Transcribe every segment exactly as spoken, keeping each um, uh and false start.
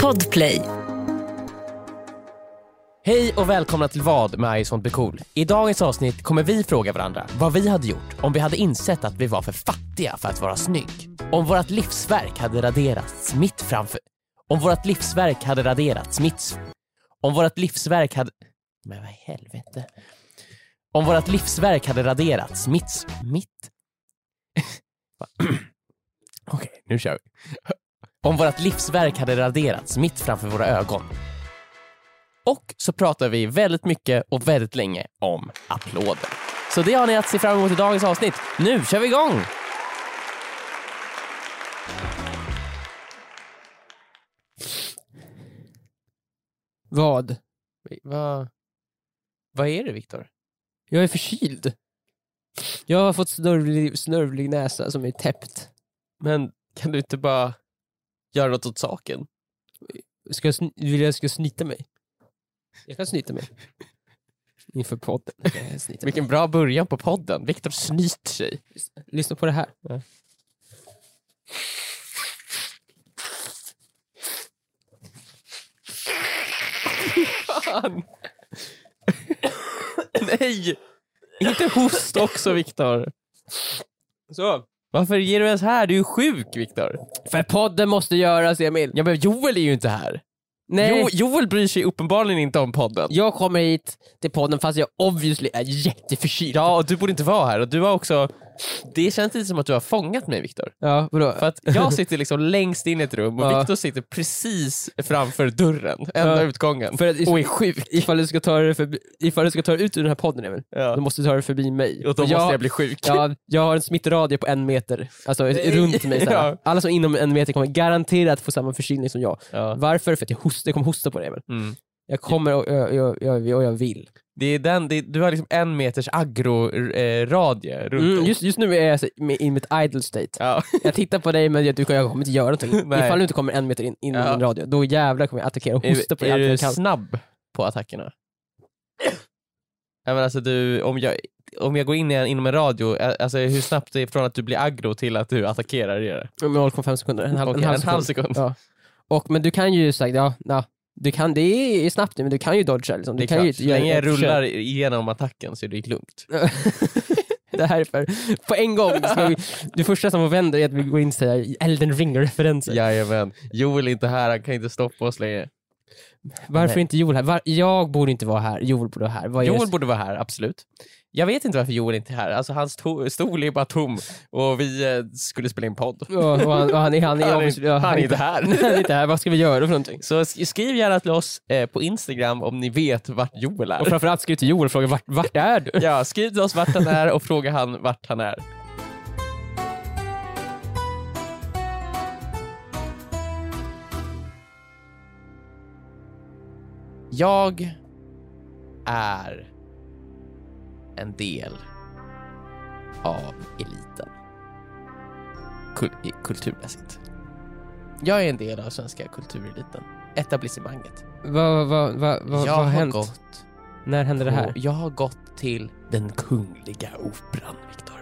Podplay. Hej och välkomna till Vad med I sånt blir cool. I dagens avsnitt kommer vi fråga varandra vad vi hade gjort om vi hade insett att vi var för fattiga för att vara snygg. Om vårt livsverk hade raderats mitt framför... Om vårt livsverk hade raderats mitt... Om vårt livsverk hade... Men vad i helvete? Om vårt livsverk hade raderats mitt... Mitt... Okej, okay, nu kör vi. Om vårt livsverk hade raderats mitt framför våra ögon. Och så pratar vi väldigt mycket och väldigt länge om applåder. Så det har ni att se fram emot i dagens avsnitt. Nu kör vi igång! Vad? Vad Vad är det, Viktor? Jag är förkyld. Jag har fått snörvlig, snörvlig näsa som är täppt. Men kan du inte bara göra något åt saken? Ska jag, sn- vill jag ska snyta mig? Jag kan snyta mig. Inför podden. Jag snyta mig. Vilken bra början på podden. Viktor snyter sig. Lyssna på det här. Ja. Fan. Nej. Inte host också, Viktor. Så. Varför ger du ens här? Du är ju sjuk, Viktor. För podden måste göras, Emil. Ja, men Joel är ju inte här. Nej. Jo, Joel bryr sig uppenbarligen inte om podden. Jag kommer hit till podden fast jag obviously är jätteförkyld. Ja, och du borde inte vara här. Och du har också... Det känns lite som att du har fångat mig, Viktor. Ja, vadå? För att jag sitter liksom längst in i ett rum och Ja. Viktor sitter precis framför dörren, enda Ja. utgången. För att, och är sjuk. Ifall du ska ta det förbi, ifall du ska ta det ut ur den här podden, Emil, Ja. då måste du ta det förbi mig. Och då Och måste jag bli sjuk. Ja, jag har en smittradie på en meter. Alltså Nej. runt mig såhär. Ja. Alla som är inom en meter kommer garanterat få samma förkylning som jag. Ja. Varför? För att jag, host, jag kommer hosta på det, Emil. Mm. Jag kommer och jag, jag, jag, och jag vill. Det är den, det är, du har liksom en meters agro-radie runt Mm, om. just, just nu är jag så- med- i mitt idle state. Ja. Jag tittar på dig men jag, du, jag kommer inte göra någonting. Nej. Ifall du inte kommer en meter in, in Ja. i min radio, då jävlar kommer jag attackera och hosta på är, dig allt är du jag kan. snabb på attackerna? Ja, men alltså du, om jag, om jag går in i en, inom en radio, alltså hur snabbt det är från att du blir aggro till att du attackerar det? Med noll komma fem sekunder. En halv, Okej, en halv en sekund. halv sekund. Ja. Och, men du kan ju säga, ja, ja, du kan, det är snabbt nu, men du kan ju dodga liksom. Det Du är kan klart, så ju länge jag ett rullar igenom attacken så är det lugnt. Det här är för, på en gång ska vi, det första som vänder är att vi går in och säger Elden Ring-referenser. Jajamän, Joel är inte här, han kan inte stoppa oss längre. Varför Nej. inte Joel här? Var, jag borde inte vara här, Joel borde vara här. Vad är Joel det? borde vara här, absolut. Jag vet inte varför Joel inte är här. Alltså hans to- stol är bara tom och vi eh, skulle spela in podd. Ja, och han, och han är, han är, Han är- obviously- ja, han är inte här. Han är inte här, vad ska vi göra för någonting? Så sk- skriv gärna till oss eh, på Instagram om ni vet vart Joel är. Och framförallt skriv till Joel och fråga vart, vart är du? Ja, skriv till oss vart han är och fråga han vart han är. Jag är en del av eliten. Kul- kulturmässigt. Jag är en del av svenska kultureliten. Etablissemanget. Vad, vad, vad, vad, jag vad har har hänt? gått När hände det här? Och jag har gått till den kungliga operan, Viktor.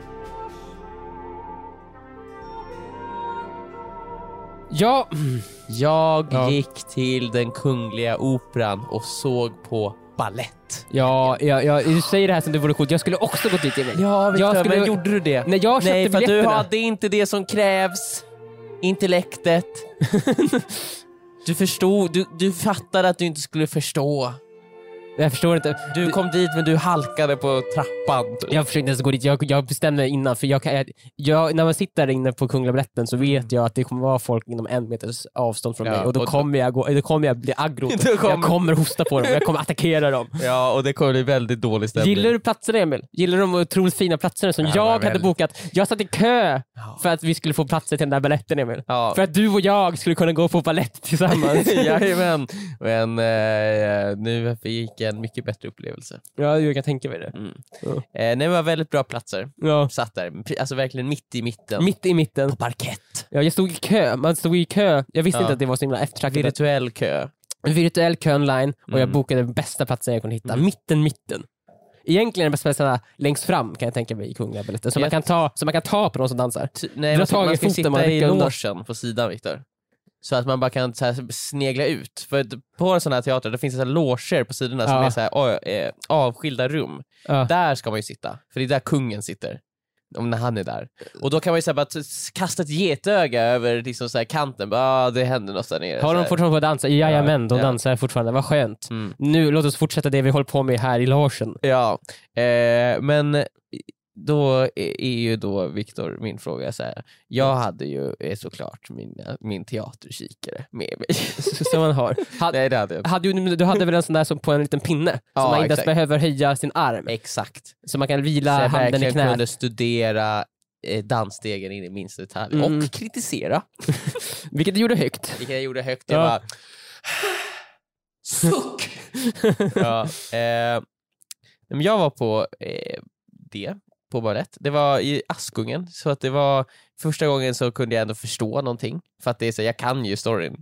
Ja, Jag Ja. gick till den kungliga operan och såg på ballett. ja, ja, ja, du säger det här som det vore coolt. Jag skulle också gått dit, Emil. Ja, Viktor, Viktor, men men gjorde du det? Nej, jag köpte Nej, för att du biljetterna. hade inte det som krävs. Intellektet. Du förstod, du, du fattade att du inte skulle förstå. Jag förstår inte. Du kom dit men du halkade på trappan. Jag försökte inte ens gå dit, jag, jag bestämde innan för jag, kan- jag, jag, när man sitter där inne på Kungliga Baletten så vet jag att det kommer vara folk inom en meters avstånd från Ja, mig och då, och då- kommer jag gå, då kommer jag bli aggro. Då kommer- Jag kommer hosta på dem, jag kommer attackera dem. Ja, och det kommer bli väldigt dålig stämning. Gillar du platserna, Emil? Gillar du de otroligt fina platserna som Ja, det jag var hade väldigt- bokat? Jag satt i kö Ja. för att vi skulle få platser till den där baletten, Emil. Ja. För att du och jag skulle kunna gå på balett tillsammans. Jajamän. Men eh, nu fick jag en mycket bättre upplevelse. Ja, jag kan tänka mig det. Mm. Ja. Eh, nej, det var väldigt bra platser. Ja. Satt där, pri- alltså verkligen mitt i mitten. Mitt i mitten. På parkett. Ja, jag stod i kö. Man stod i kö. Jag visste Ja. inte att det var så himla eftertraktat. Virtuell kö. En virtuell kö online och jag Mm. bokade den bästa platsen jag kunde hitta. Mm. Mitten, mitten. Egentligen är den bästa platsen längst fram kan jag tänka mig i Kungliga Baletten. Så, Jag- man kan ta, så man kan ta på de som dansar. Ty- nej, Dra man ska, tag i man ska foten, sitta man i rycker undan. logen på sidan, Viktor. Så att man bara kan så här, snegla ut. För på en sån här teater då finns det så här loger på sidorna ja. som är så här, oh, eh, avskilda rum. Ja. Där ska man ju sitta. För det är där kungen sitter. Om när han är där. Och då kan man ju så här, bara kasta ett getöga över liksom, så här, kanten. Ja, ah, det händer något där nere. Har de fortfarande på att dansa? Jajamän, de ja. dansar fortfarande. Vad skönt. Mm. Nu, låt oss fortsätta det vi håller på med här i logen. Ja, eh, men då är ju då Viktor min fråga så här. Jag hade ju såklart min, min teaterkikare med mig. Som man har. Had, Nej, det hade jag. Hade ju, du hade väl en sån där som på en liten pinne ja, som man inte ens behöver höja sin arm. Exakt. Så man kan vila så handen i knät. Så jag kunde studera eh, dansstegen in i minsta detalj mm. och kritisera. Vilket du gjorde högt. Vilket jag gjorde högt. Jag ja. bara suck! ja, eh, men jag var på eh, det på balett. Det var i Askungen så att det var första gången så kunde jag ändå förstå någonting för att det är så jag kan ju storyn.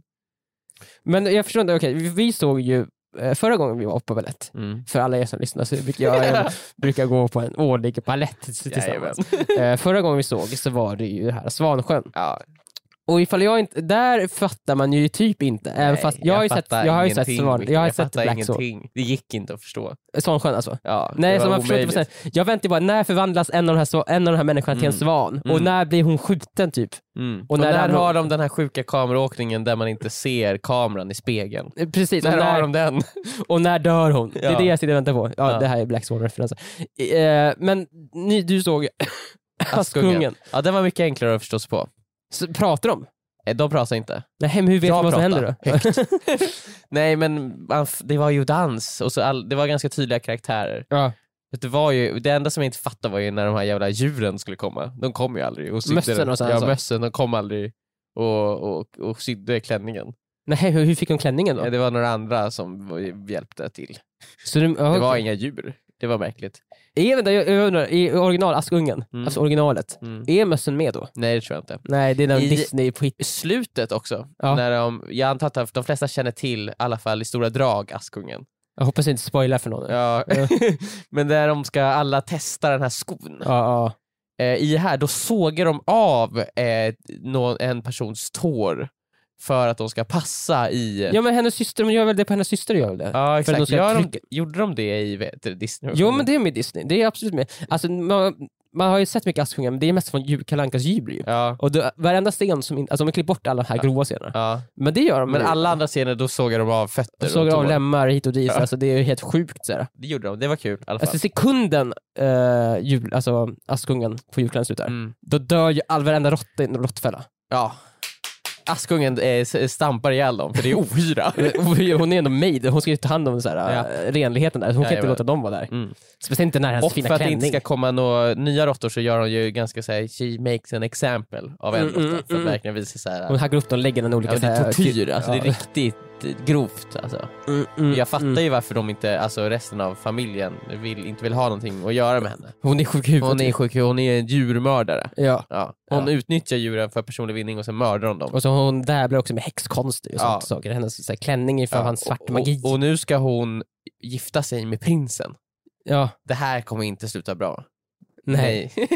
Men jag förstår inte, okej, okay, vi såg ju förra gången vi var på balett. Mm. För alla er som lyssnar så brukar jag, jag brukar gå på en årlig balett tillsammans. Förra gången vi såg så var det ju det här Svansjön. Ja. Och ifall jag inte, där fattar man ju typ inte. Nej, även fast jag, jag har ju sett, jag har ju sett Svan, jag har jag sett Black ingenting. Det gick inte att förstå. Svansjön alltså. Ja, nej, så man förstår, jag väntar bara när förvandlas en av de här en av de här människorna mm. till en svan mm. och när blir hon skjuten typ. Mm. Och, och när, när har de den här sjuka kameraåkningen där man inte ser kameran i spegeln. Precis. När, och när har de den? Och när dör hon? Ja. Det är det jag sitter och väntar på. Ja, ja. Det här är Black Swan-referenser. Eh, men ni, du såg Askungen. Ja, den var mycket enklare att förstå sig på. Så pratar de? De pratar inte. Nej, men hur vet man vad som händer då? Nej, men det var ju dans och så all, det var ganska tydliga karaktärer. Ja. Det var ju det enda som jag inte fattade var ju när de här jävla djuren skulle komma. De kom ju aldrig och mössen och så. Ja, mössen, de kom aldrig och och och sydde klänningen. Nej, hur, hur fick de klänningen då? Ja, det var några andra som hjälpte till. Så de, oh, det var okay. inga djur. Det var märkligt. Jag, jag, jag undrar, i original Askungen, mm. alltså originalet, mm. är mössen med då? Nej, det tror jag inte. Nej, det är den Disney på i slutet också. Ja. När de, jag antar att de flesta känner till i alla fall i stora drag Askungen. Jag hoppas inte spoilar för någon. Ja. Men där de ska alla testa den här skon. Ja, ja. Eh, I här, då sågar de av eh, någon, en persons tår. För att de ska passa i... Ja, men hennes syster, de gör väl det på hennes syster gör det. Ja, exakt. De gör de, gjorde de det i vet, Disney? Jo, men det är med Disney. Det är absolut med. Alltså, man, man har ju sett mycket Askungen, men det är mest från Kalle Ankas jubel. Ja. Och då, varenda scen som... In, alltså, de klipper bort alla de här ja. grova scenerna. Ja. Men det gör de. Men ju. Alla andra scener, då sågar de av fötter. De sågar av lemmar hit och dit. Ja. Alltså, det är ju helt sjukt. Så det gjorde de. Det var kul. I alla fall. Alltså, sekunden uh, jul, alltså, Askungen på julklänningen slutar. Mm. Då dör ju all varenda råtta i en råttfälla. Ja. Askungen eh, stampar ihjäl dem för det är ohyra. Hon är ändå maid. Hon ska ju ta hand om så här, ja. renligheten där. Hon ja, kan inte låta dem vara där. Mm. Speciellt inte när hennes fina klänning. Och för att det inte ska komma några nya råttor så gör hon ju ganska så här, she makes an example av en råtta mm, mm, för att verkligen visa så här. Hon hackar upp dem och lägger den olika ja, det är tortyr. Alltså ja. Det är riktigt grovt alltså. Mm, mm, jag fattar mm. ju varför de inte, alltså resten av familjen vill, inte vill ha någonting att göra med henne. Hon är sjuk huvud. Hon är sjuk hon är en djurmördare. Ja. Ja. Hon ja. utnyttjar djuren för personlig vinning och sen mördar hon dem. Och så hon där blir också med häxkonst och sånt ja. saker. Hennes så här, klänning är för ja. hans svart magi. Och, och nu ska hon gifta sig med prinsen. Ja. Det här kommer inte sluta bra. Nej. Nej.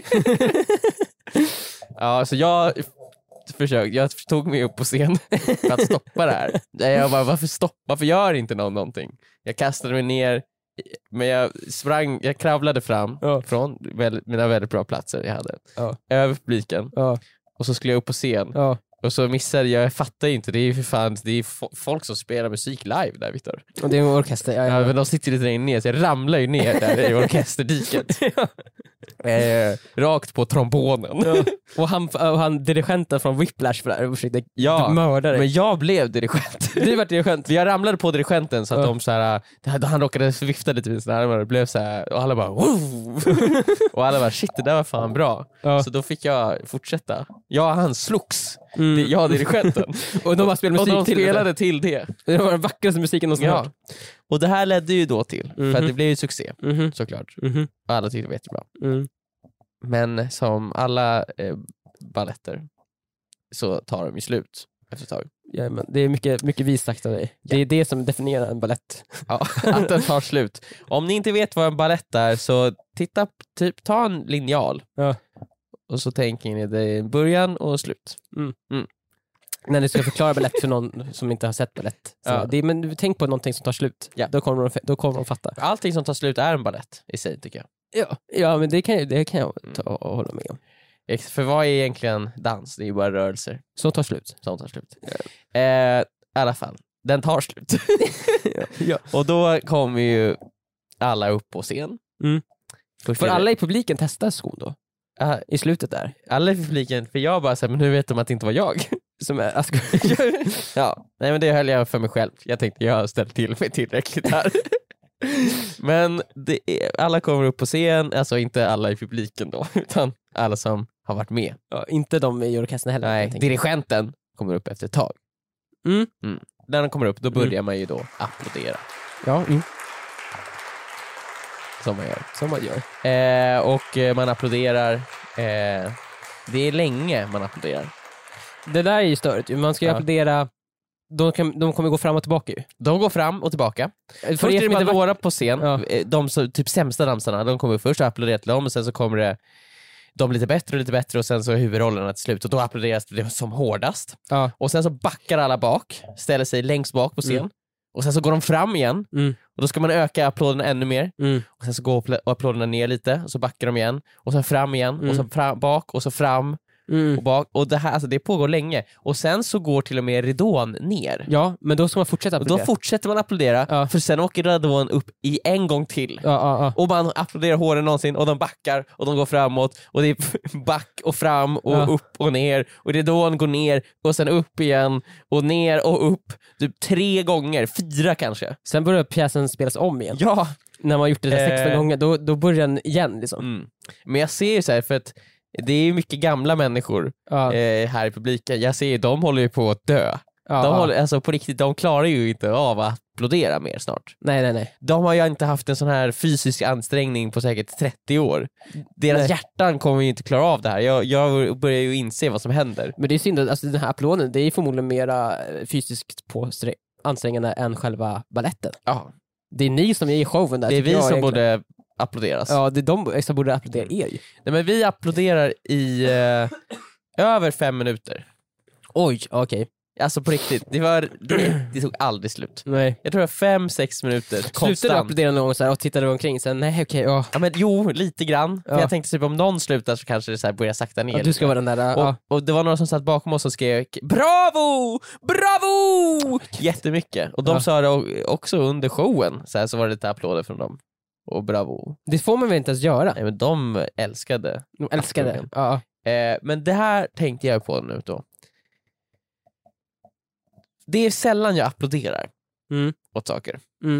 Ja, så jag försökt. Jag tog mig upp på scen för att stoppa det här. Jag bara, varför stoppa? Varför gör inte någon någonting? Jag kastade mig ner, men jag sprang, jag kravlade fram ja. från väldigt, mina väldigt bra platser jag hade. Ja. Över publiken. Ja. Och så skulle jag upp på scen. Ja. Och så missade jag, jag fattar inte, det är ju för fan, det är f- folk som spelar musik live där, Victor. Och det är en orkester, ja, ja. Ja, men de sitter lite längre ner, så jag ramlar ju ner där i orkesterdiket. Ja. Eh, rakt på trombonen. Ja. Och han, och han dirigenten från Whiplash för det här, och försökte ja, mörda dig. Men jag blev dirigent. Du var dirigent. Jag ramlade på dirigenten så att ja. de så här, han råkade vifta lite vid sina armar och blev så här, och alla bara wow! Och alla bara shit, det där var fan bra. Ja. Så då fick jag fortsätta. Ja, han slogs. Mm. Det, jag dirigenten. Och de bara spelade musik och de till spelade det. till det. Det var den vackraste musiken någonsin ja. hört. Och det här ledde ju då till, Mm-hmm. för att det blev ju succé, Mm-hmm. såklart. Mm-hmm. Och alla tyckte det var jättebra. Mm. Men som alla eh, balletter så tar de i slut efter ett tag. Ja, men det är mycket, mycket visakt av dig. Det ja. är det som definierar en ballett. Ja, att den tar slut. Om ni inte vet vad en ballett är så titta, typ, ta en linjal. Ja. Och så tänker ni det är början och slut. Mm. Mm. När ni ska förklara balett för någon som inte har sett balett. Ja. Det är, men tänk på någonting som tar slut. Ja. Då, kommer de, då kommer de fatta. Allting som tar slut är en balett i sig, tycker jag. Ja, ja men det kan, jag- det kan jag ta och hålla med om. Ex- För vad är egentligen dans? Det är ju bara rörelser Som tar slut. som tar slut. Eh, I alla fall, den tar slut. Ja. Och då kommer ju alla upp på scen. Mm. Först För är det- alla i publiken testar skon då? Ja, I slutet där? alla i publiken, för jag bara såhär, men hur vet de att det inte var jag? Som är, alltså, Ja, nej men det höll jag för mig själv. Jag tänkte jag har ställt till mig tillräckligt här. Men det är, alla kommer upp på scen, alltså inte alla i publiken då, utan alla som har varit med. ja, inte de i orkestern heller. Nej, jag tänker. dirigenten kommer upp efter ett tag. Mm. Mm. När de kommer upp, då börjar man ju då applådera, Ja, mm. som man gör. Som man gör. Eh, och eh, man applåderar, eh, det är länge man applåderar. Det där är ju störigt. Man ska ju Ja. applådera. De, kan, de kommer gå fram och tillbaka ju. De går fram och tillbaka. För Först er är det som bara inte några på scen, Ja. de så, typ sämsta dansarna, de kommer först och applåderar till dem, och sen så kommer det de lite bättre och lite bättre, och sen så är huvudrollerna till slut, och då applåderas det som hårdast. Ja. Och sen så backar alla bak, ställer sig längst bak på scen, Mm. och sen så går de fram igen, Mm. och då ska man öka applåderna ännu mer, Mm. och sen så går appl- applåderna ner lite, och så backar de igen, och sen fram igen, Mm. och så fram, bak, och så fram Mm. och bak, och det här, alltså det pågår länge, och sen så går till och med ridån ner. Ja, men då ska man fortsätta Och då applådera. fortsätter man applådera, Ja. för sen åker ridån upp i en gång till. Ja, ja, ja. Och man applåderar hårdare än någonsin, och de backar och de går framåt, och det är back och fram och Ja. upp och ner, och ridån går ner och sen upp igen och ner och upp, typ tre gånger, fyra kanske. Sen börjar pjäsen spelas om igen. Ja. När man har gjort det där sexton Eh. gånger, då, då börjar den igen liksom. Mm. Men jag ser ju så här, för att det är ju mycket gamla människor Ja. eh, här i publiken. Jag ser ju, de håller ju på att dö. Ja, De, ja. håller, alltså på riktigt, de klarar ju inte av att applådera mer snart. Nej, nej, nej. De har ju inte haft en sån här fysisk ansträngning på säkert trettio år. Deras Nej. hjärtan kommer ju inte klara av det här. Jag, jag börjar ju inse vad som händer. Men det är synd, att- alltså den här applåden, det är förmodligen mera eh, fysiskt påsträ- ansträngande än själva balletten. Ja. Det är ni som är i showen där. Det är tycker vi jag som egentligen. borde applåderas. Ja, det är de som borde applådera er ju. Nej, men vi applåderar i eh, över fem minuter. Oj, okej. Alltså på riktigt, det, var, det, det tog aldrig slut. Nej. Jag tror det var fem, sex minuter Slutade du konstant. applådera någon gång så här och tittade omkring sen, nej okej, ja. Ja, men jo, lite grann. För Ja. jag tänkte typ om någon slutar så kanske det så här börjar sakta ner. Ja, du ska vara den där, och, ja. och det var några som satt bakom oss och skrek bravo, bravo, jättemycket. Och de Ja. sa det o- också under showen, så, här, så var det lite applåder från dem. Och bravo. Det får man väl inte ens göra? Nej, men de älskade. De älskar det. Applåden. Ja. Eh, men det här tänkte jag på nu då. Det är sällan jag applåderar Mm. åt saker. Mm.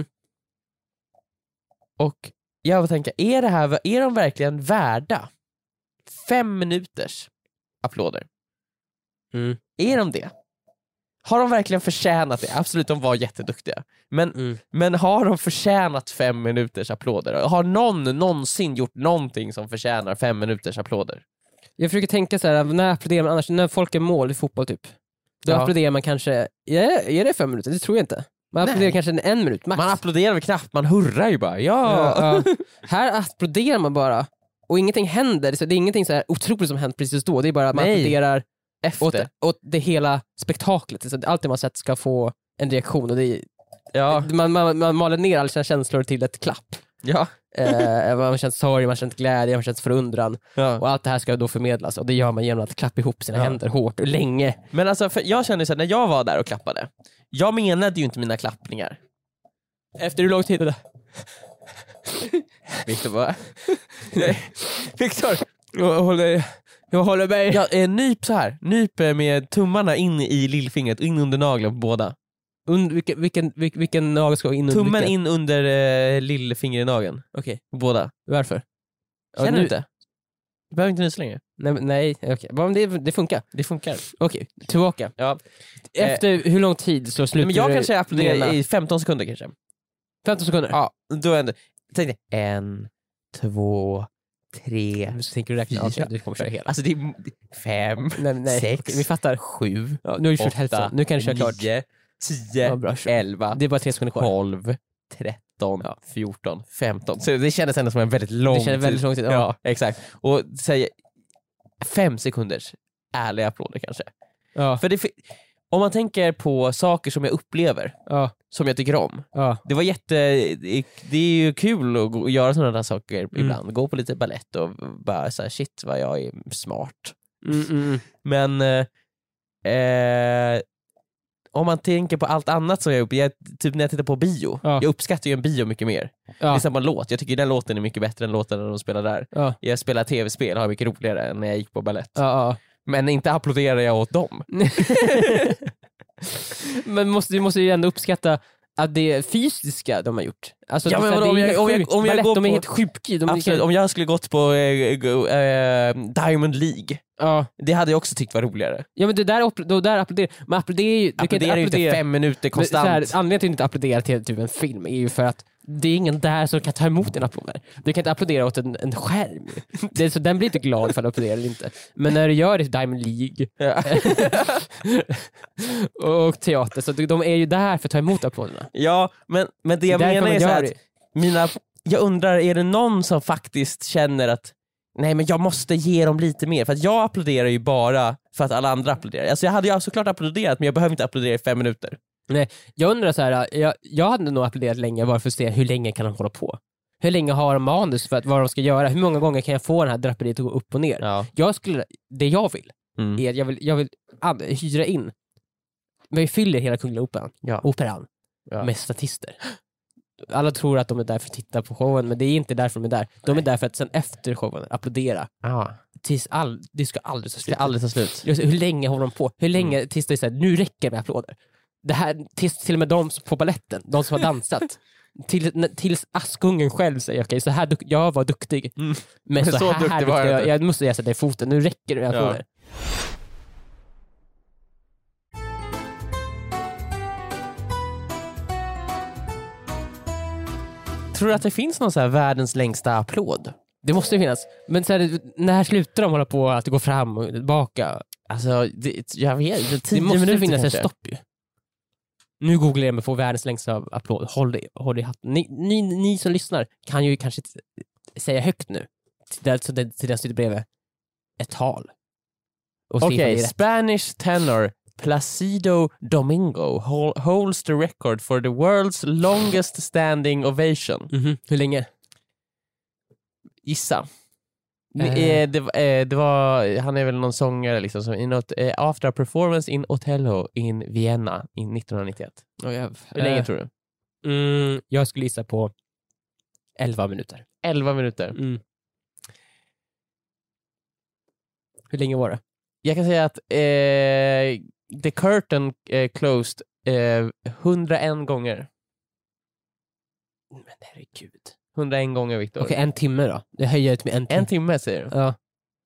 Och jag vill tänka, är, det här, är de verkligen värda fem minuters applåder? Mm. Är de det? Har de verkligen förtjänat det? Absolut, de var jätteduktiga. Men, Mm. men har de förtjänat fem minuters applåder? Har någon någonsin gjort någonting som förtjänar fem minuters applåder? Jag försöker tänka så här, när applåderar man annars? När folk är mål i fotboll typ. Då Ja. applåderar man kanske, är, är det fem minuter? Det tror jag inte. Man Nej. applåderar kanske en, en minut max. Man applåderar väl knappt, man hurrar ju bara. Ja! Ja, ja. Här applåderar man bara och ingenting händer. Så det är ingenting så här otroligt som hänt precis då. Det är bara att man Nej. applåderar åt, Efter. åt det hela spektaklet. Så allt det man sett ska få en reaktion. Och det är, Ja. man, man, man maler ner alla sina känslor till ett klapp. Ja. Eh, man har känt sorg, man har känt glädje, man har känt förundran. Ja. Och allt det här ska då förmedlas. Och det gör man genom att klappa ihop sina Ja. händer hårt och länge. Men alltså, för jag kände så här, när jag var där och klappade, jag menade ju inte mina klappningar. Efter hur lång tid är det? Victor bara... Victor, jag håller, jag håller mig. Ja, eh, nyp så här. Nyp eh, med tummarna in i lillfingret, in under nageln på båda. Und, vilken, vilken, vilken, vilken nagel ska in under Tummen vilken? in under eh, lillfingernageln. Okej, På båda. varför? Känner Ja, du nu- inte? Du behöver inte nysa längre. Nej, men- nej okej. Men det, det funkar. Det funkar. Okej, tillbaka. Ja. Efter hur lång tid så slutar Men jag du kanske applåderar mena? i femton sekunder kanske. femton sekunder? Ja, då ändå. Tänk dig, en, två, tre, Så tänker du räkna? fyra. Okej, du kommer köra hela. Alltså det är fem, Nej, nej. sex, Okej, vi fattar. sju, Ja, nu har du kört åtta, hälften. Nu kan du köra klart. nio, tio, Ja, bra, kör. elva, Det är bara tre sekunder kvar. tolv, tretton, fjorton, femton. Så det kändes ändå som en väldigt lång Det kändes väldigt lång tid, ja. Ja, exakt. Och säg fem sekunders ärliga applåder kanske. Ja. För det, fi- om man tänker på saker som jag upplever, ja. som jag tycker om. Ja. Det var jätte, det är ju kul att, gå, att göra sådana där saker mm. ibland. Gå på lite ballett och bara så här, shit vad jag är smart. Mm, mm. Men eh, om man tänker på allt annat som jag gjort, jag, typ när jag tittar på bio, ja. jag uppskattar ju en bio mycket mer. Ja. Det är samma låt, jag tycker den låten är mycket bättre än låten när de spelar där. Ja. Jag spelar tv-spel, har mycket roligare än när jag gick på ballett. Ja, ja. Men inte applåderar jag åt dem. Men måste, du måste ju ändå uppskatta att det är fysiska de har gjort. Alltså, ja, det, men det om, är jag, om, jag, om jag går de är på, helt sjuka. De absolut, kan... om jag skulle gått på äh, äh, Diamond League, ja. det hade jag också tyckt var roligare. Ja, men det där, då där applåderar man applåderar ju, du applåderar kan inte applådera inte fem minuter konstant. Så här, anledningen till att inte applådera till typ en film är ju för att det är ingen där som kan ta emot en applåd. Du kan inte applådera åt en, en skärm. Det är, så den blir inte glad för att applådera eller inte. Men när du gör det i Diamond League ja. och teater, så de är ju där för att ta emot applåderna. Ja, men, men det jag Därför menar är så det. att mina, jag undrar, är det någon som faktiskt känner att nej, men jag måste ge dem lite mer, för att jag applåderar ju bara för att alla andra applåderar. Alltså jag hade ju såklart applåderat, men jag behöver inte applådera i fem minuter. Nej, jag undrar så här, jag, jag hade nog applåderat länge bara för att se hur länge kan de hålla på. Hur länge har de manus för att, vad de ska göra? Hur många gånger kan jag få den här draperiet att gå upp och ner? Ja. Jag skulle, det jag vill mm. är att jag vill, jag vill an, hyra in, men vi fyller hela Kungliga Operan, ja. operan ja. med statister. Alla tror att de är där för att titta på showen, men det är inte därför de är där. De är där för att sen efter showen applådera. Aha. Tills all, det ska aldrig ta slut. Det aldrig ta slut. Hur länge håller de på? Hur länge mm. tills det är så här, nu räcker med applåder? Det här, tills till och med de på balletten, de som har dansat. Till, tills Askungen själv säger okej, okay, så här, jag var duktig. Mm. Men så, så här, här var jag, jag, jag måste sätta dig i foten, nu räcker det med applåder. Ja. Tror du att det finns någon så här världens längsta applåd? Det måste finnas. Men så här, när slutar de hålla på att gå fram och tillbaka? Alltså, det, jag vet, tio det måste minuter finnas kanske. En stopp ju. Nu googlar jag mig på världens längsta applåd. Håll det, håll det i hatten. Ni, ni, ni som lyssnar kan ju kanske säga högt nu. Till den som sitter bredvid ett tal. Okej, okay, Spanish tenor Placido Domingo holds the record for the world's longest standing ovation. Mm-hmm. Hur länge? Gissa. Uh. Eh, det, eh, det var, han är väl någon sångare liksom, som in något, eh, after a performance in Otello in Vienna in nittonhundranittioett. Oh, ja. Hur länge uh. tror du? Mm, jag skulle gissa på elva minuter. elva minuter. Mm. Hur länge var det? Jag kan säga att eh, the curtain eh, closed eh, hundraen gånger. Men herregud. hundraen gånger, Victor. Okej, okay, en timme då. Det höjer ut med en timme. En timme, säger du? Ja.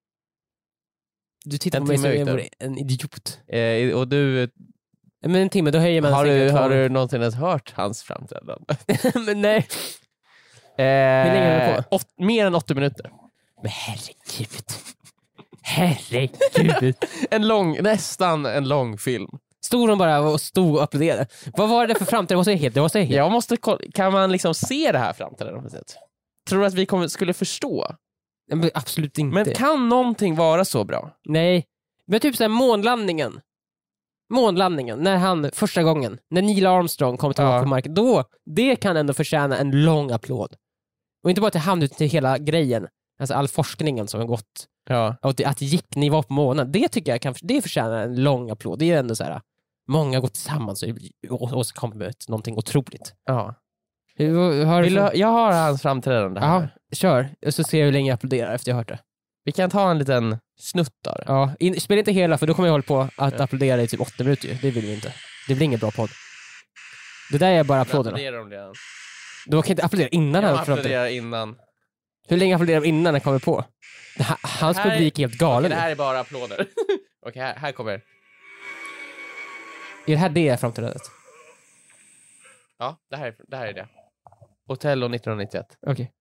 Du tittar en på mig som jag vore en idiot. Eh, och du... Men en timme, då höjer man... Har du, har du någonsin ens hört hans framträdande? Men nej. Eh, Hur länge är det på? Åt, mer än åttio minuter. Men herregud. Herregud. en lång, nästan en lång film. Stod de bara och stod och applåderade. Vad var det för framträdande? Det var så helt. Det var så helt. Jag måste kolla. Kan man liksom se det här framträdandet på sätt? Tror du att vi kommer, skulle förstå? Men absolut inte. Men kan någonting vara så bra? Nej. Men typ så här månlandningen. Månlandningen. När han första gången. När Neil Armstrong kom tillbaka ja. på marken. Då, det kan ändå förtjäna en lång applåd. Och inte bara till han utan till hela grejen. Alltså all forskningen som har gått. Ja. Och att det gick nivå på månen. Det tycker jag kan, det förtjänar en lång applåd. Det är ändå så här. Många har gått tillsammans och åstadkommit någonting otroligt. Ja. Hur, har Vill du, jag har hans framträdande här. Ja, kör. Och så ser jag hur länge jag applåderar efter jag hört det. Vi kan ta en liten snutt där. Ja, in, spela inte hela för då kommer jag hålla på att ja. applådera i typ åtta minuter. Det vill vi inte. Det blir ingen bra podd. Det där är bara applåderna. De de kan inte applådera innan jag han applåderar innan. Hur länge applåderar de innan han kommer på? Här, hans här, publik är helt galen. Okay, det här är bara applåder. Okej, okay, här, här kommer. Är det här det framträdandet? Ja, det här, det här är det. Otello nittonhundranittioett. Okej. Okay.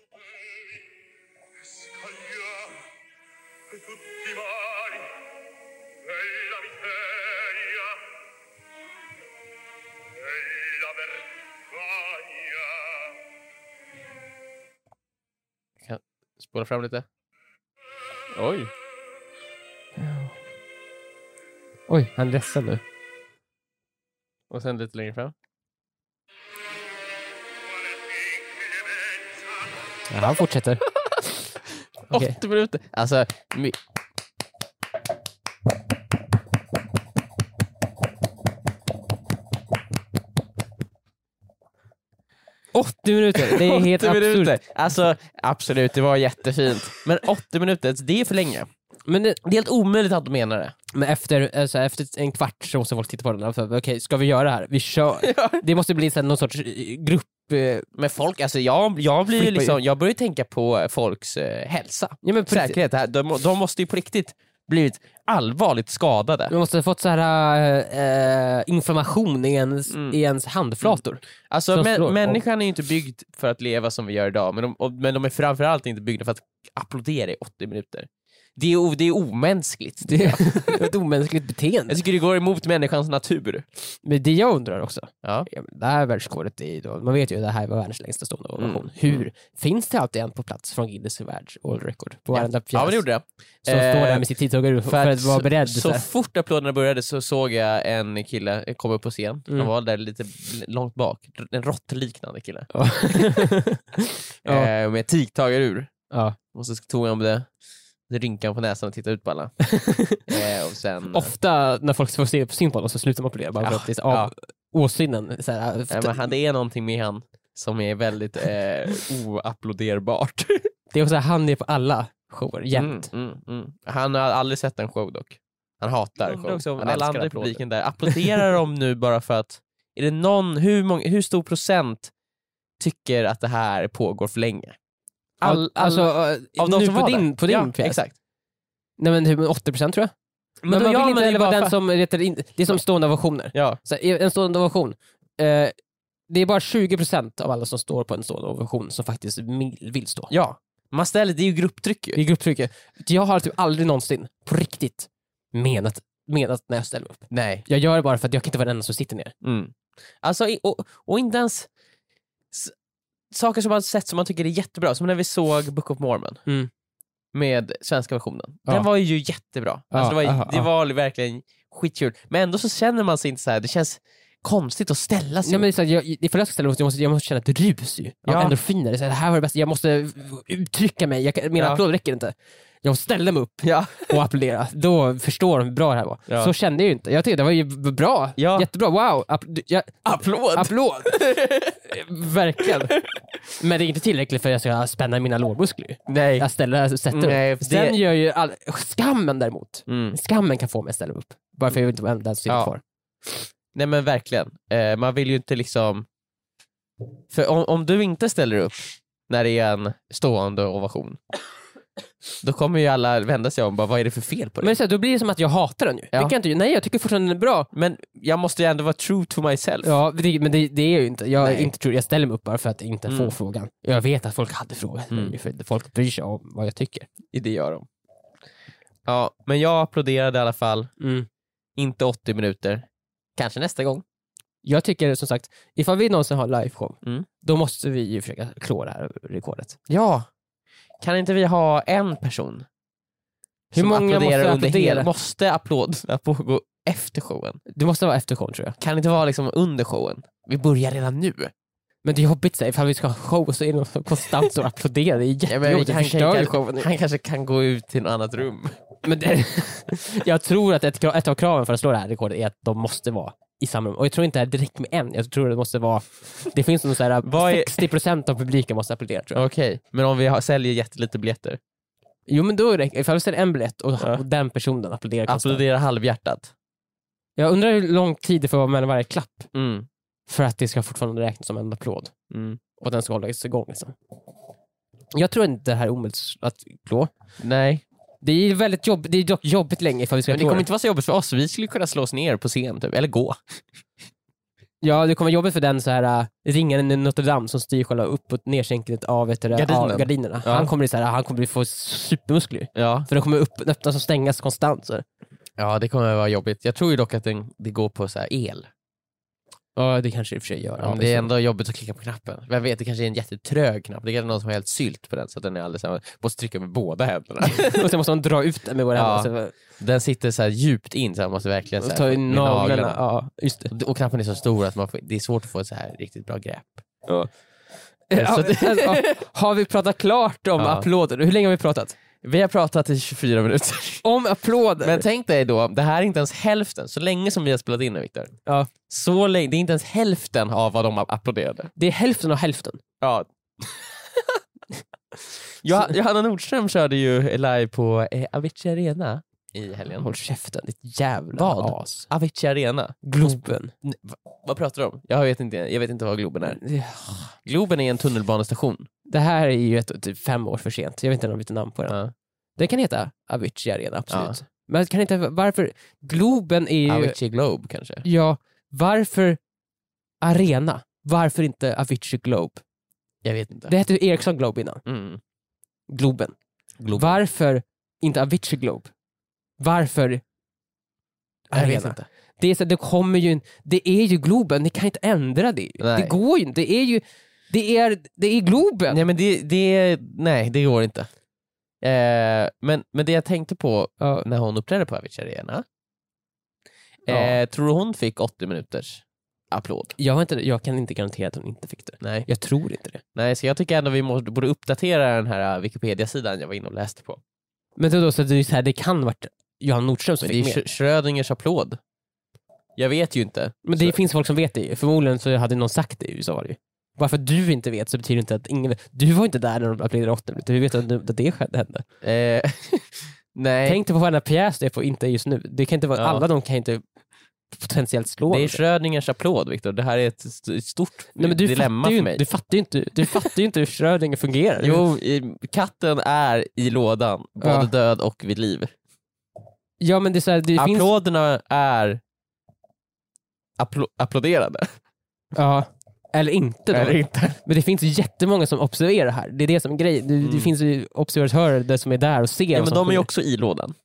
Spola fram lite. Oj. Oj, han är ledsen nu. Och sen lite längre fram. Ja, han fortsätter. Okay. åttio minuter. Alltså... My- åttio minuter, det är helt absurt. Alltså, absolut, det var jättefint. Men åttio minuter, det är för länge. Men det, det är helt omöjligt att de menar det. Men efter, alltså, efter en kvart så måste folk titta på den. Alltså, okej, okay, ska vi göra det här? Vi kör. Ja. Det måste bli så här, någon sorts grupp. Eh, med folk, alltså jag, jag, blir liksom, jag börjar tänka på folks eh, hälsa. Ja, men säkerhet. Här, de, de måste ju på riktigt blivit allvarligt skadade. De måste ha fått så här äh, inflammation i ens, mm. i ens handflator. Mm. Alltså mä- människan är ju inte byggd för att leva som vi gör idag, men de, och, men de är framförallt inte byggda för att applådera i åttio minuter. Det är, det är omänskligt. Det är ett omänskligt beteende. Jag tycker det går emot människans natur. Men det jag undrar också. Ja. Det här världsrekordet är då, man vet ju att det här var världens längsta stående ovation. Mm. Hur mm. finns det alltid en på plats från Guinness World Record på varenda ja. ja, men det gjorde det. Som eh, står där med sitt tidtagare för, för att vara beredd. Så, så fort applåderna började så såg jag en kille komma upp på scen. Mm. Han var där lite långt bak. En råttliknande kille. Ja. eh, med tidtagarur. Ja. Och så tog han det. Det rynkar på näsan och tittar ut på alla. eh, och sen... Ofta när folk får se på sin podd så slutar man applådera bara för att det är av ja. åsynen. Så här, Nej, men han, det är någonting med han som är väldigt eh, oapplåderbart. Det är också han är på alla shower, jämt. Mm, mm, mm. Han har aldrig sett en show dock. Han hatar show. Också, han alla andra i publiken där. Applåderar de nu bara för att... Är det någon, hur, många, hur stor procent tycker att det här pågår för länge? All, all, alltså, uh, av de som på din, på din ja, pjäs? Exakt. Nej, men hur, åttio procent tror jag. Men, men man vill ja, inte heller vara den för... som retar in, det är som stående ovationer. Ja. Så en stående ovation. Uh, det är bara tjugo procent av alla som står på en stående ovation som faktiskt vill stå. Ja. Man ställer, det är ju grupptryck. Det är grupptryck. Jag har typ aldrig någonsin på riktigt menat, menat när jag ställer upp. Nej. Jag gör det bara för att jag kan inte vara den som sitter ner. Mm. Alltså, och, och inte ens... Saker som man sett som man tycker är jättebra, som när vi såg Book of Mormon mm. med svenska versionen. Ja. Den var ju jättebra. Ja, alltså det var, aha, det var verkligen skitkul. Men ändå så känner man sig inte så här. Det känns konstigt att ställa sig. Ja, men det är så här, jag, ifall jag ska ställa upp, jag måste, jag måste känna ett rus ju. Ja. Endorfiner. Det, det här var det bästa. Jag måste uttrycka mig. Jag, mina ja. applåder räcker inte. Jag ställde mig upp ja. och applåderade. Då förstår de hur bra det här var. Ja. Så kände jag ju inte. Jag tyckte det var ju bra. Ja. Jättebra. Wow. App- jag, applåd. Applåd. Verkligen. Men det är inte tillräckligt för att jag ska spänna mina lårmuskler. Nej. Jag ställer, sätter Nej, det... Sen gör ju all... Skammen däremot. Mm. Skammen kan få mig att ställa upp. Bara för att jag inte var den som sitter kvar. Nej, men verkligen. Eh, man vill ju inte liksom... För om, om du inte ställer upp när det är en stående ovation, då kommer ju alla vända sig om bara, vad är det för fel på det? Men så här, då blir det som att jag hatar den ju. Ja. Det kan inte, nej, jag tycker fortfarande den är bra. Men jag måste ju ändå vara true to myself. Ja, det, men det, det är jag ju inte. Jag, är inte true. Jag ställer mig upp bara för att inte mm. få frågan. Jag vet att folk hade frågat mig, mm. för folk bryr sig om vad jag tycker. Det gör de. Ja, men jag applåderade i alla fall. Mm. Inte åttio minuter. Kanske nästa gång. Jag tycker som sagt, ifall vi någonsin har liveshow, mm. då måste vi ju försöka klå det här rekordet. Ja. Kan inte vi ha en person Hur som många applåderar måste under hela? Måste applåderna pågå efter showen? Det måste vara efter showen, tror jag. Kan det inte vara liksom under showen? Vi börjar redan nu. Men det är jobbigt, så ifall vi ska ha show så är det något konstant att applådera. Det är jättejobbigt. Ja, han, kan, kan, han kanske kan gå ut till ett annat rum. Men det, jag tror att ett, ett av kraven för att slå det här rekordet är att de måste vara i samma rum. Och jag tror inte det är direkt med en. Jag tror det måste vara... Det finns någon så här sextio procent av publiken måste applådera, tror jag. Okej, okay. Men om vi har, säljer jättelite biljetter? Jo, men då räcker det. Ifall vi säljer en biljett och, ja. och den personen applåderar konstant. Applåderar halvhjärtat. Jag undrar hur lång tid det får vara mellan varje klapp. Mm. För att det ska fortfarande räknas som en applåd. Mm. Och den ska hållas igång. Liksom. Jag tror inte det här är omöjligt att klå. Nej. Det är väldigt jobb, det är dock jobbigt länge ifall vi ska. Men det kommer inte vara så jobbigt för oss. Vi skulle kunna slå oss ner på scen typ, eller gå. Ja, det kommer vara jobbigt för den så här uh, ringaren i Notre Dame som styr själva upp- och nedsänket av, vet du, Gardinen. av gardinerna. Ja. Han kommer bli så här, han kommer bli få supermuskler. Ja. För de kommer upp, öppnas och stängas konstant så. Ja, det kommer vara jobbigt. Jag tror ju dock att den, det går på så här el. Ja, det kanske i och för sig gör. Ja, men det är ändå jobbigt att klicka på knappen. Vem vet, det kanske är en jättetrög knapp. Det är någon som har helt sylt på den så att den är alldeles så måste trycka med båda händerna. Och sen måste man dra ut den med våra ja, händer. Den sitter så här djupt in så man måste verkligen så här, ta i naglarna. naglarna. Ja, just det. Och, och knappen är så stor att man får, det är svårt att få ett så här riktigt bra grepp. Ja. Ja, det... ja, har vi pratat klart om ja. applåder? Hur länge har vi pratat? Vi har pratat i tjugofyra minuter. Om applåder? Men tänk dig då, det här är inte ens hälften. Så länge som vi har spelat in det, Victor. Ja. Så länge, det är inte ens hälften av vad de applåderade. Det är hälften av hälften. Ja. Johanna Nordström körde ju live på eh, Avicii Arena i helgen. Håll käften, ditt jävla vad? as. Avicii Arena. Globen. N- v- vad pratar du om? Jag vet inte, jag vet inte vad Globen är. Globen är en tunnelbanestation. Det här är ju ett, typ fem år för sent. Jag vet inte om vi tar namn på den. Ja. Det kan heta Avicii Arena, absolut. Ja. Men kan inte, varför? Globen är ju... Avicii Globe kanske? Ja, varför Arena? Varför inte Avicii Globe? Jag vet inte. Det hette Ericsson Globe innan. Mm. Globen. Globen. Varför inte Avicii Globe? Varför Arena? Jag vet inte. Det är så, det kommer ju en, det är ju Globen, ni kan inte ändra det. Nej. Det går ju inte. Det är ju det är det är Globen. Nej men det det nej, det går inte. Eh, men men det jag tänkte på ja. när hon uppträdde på Avicii Arena. Eh, ja. tror du hon fick åttio minuters applåd? Jag har inte jag kan inte garantera att hon inte fick det. Nej. Jag tror inte det. Nej, så jag tycker ändå vi måste borde uppdatera den här Wikipedia-sidan jag var inne och läste på. Men då så det är så här, det kan varit Johan Nordström som men fick det är med. Schrödingers applåd. Jag vet ju inte. Men det så. finns folk som vet det. Förmodligen så hade någon sagt det i U S A. Bara för att du inte vet så betyder det inte att ingen vet. Du var inte där när de applåderade åtta minuter. Vi vet att det skedde hände. Eh, nej. Tänk dig på vad den här pjäs det är på inte just nu. Det kan inte vara, ja. Alla de kan inte potentiellt slå. Det är Schrödingers applåd, Victor. Det här är ett stort Nej, men du dilemma ju, för mig. Du fattar ju inte, du fattar ju inte hur Schrödinger fungerar. Jo, i, katten är i lådan. Både ja. död och vid liv. Ja, men det är så här, det applåderna finns... är appl- applåderade. Ja, eller inte då. Eller inte. Men det finns ju jättemånga som observerar här. Det är det som är grejen. Det, mm. det finns ju observatörer där som är där och ser. Ja, men de är ju sker. också i lådan.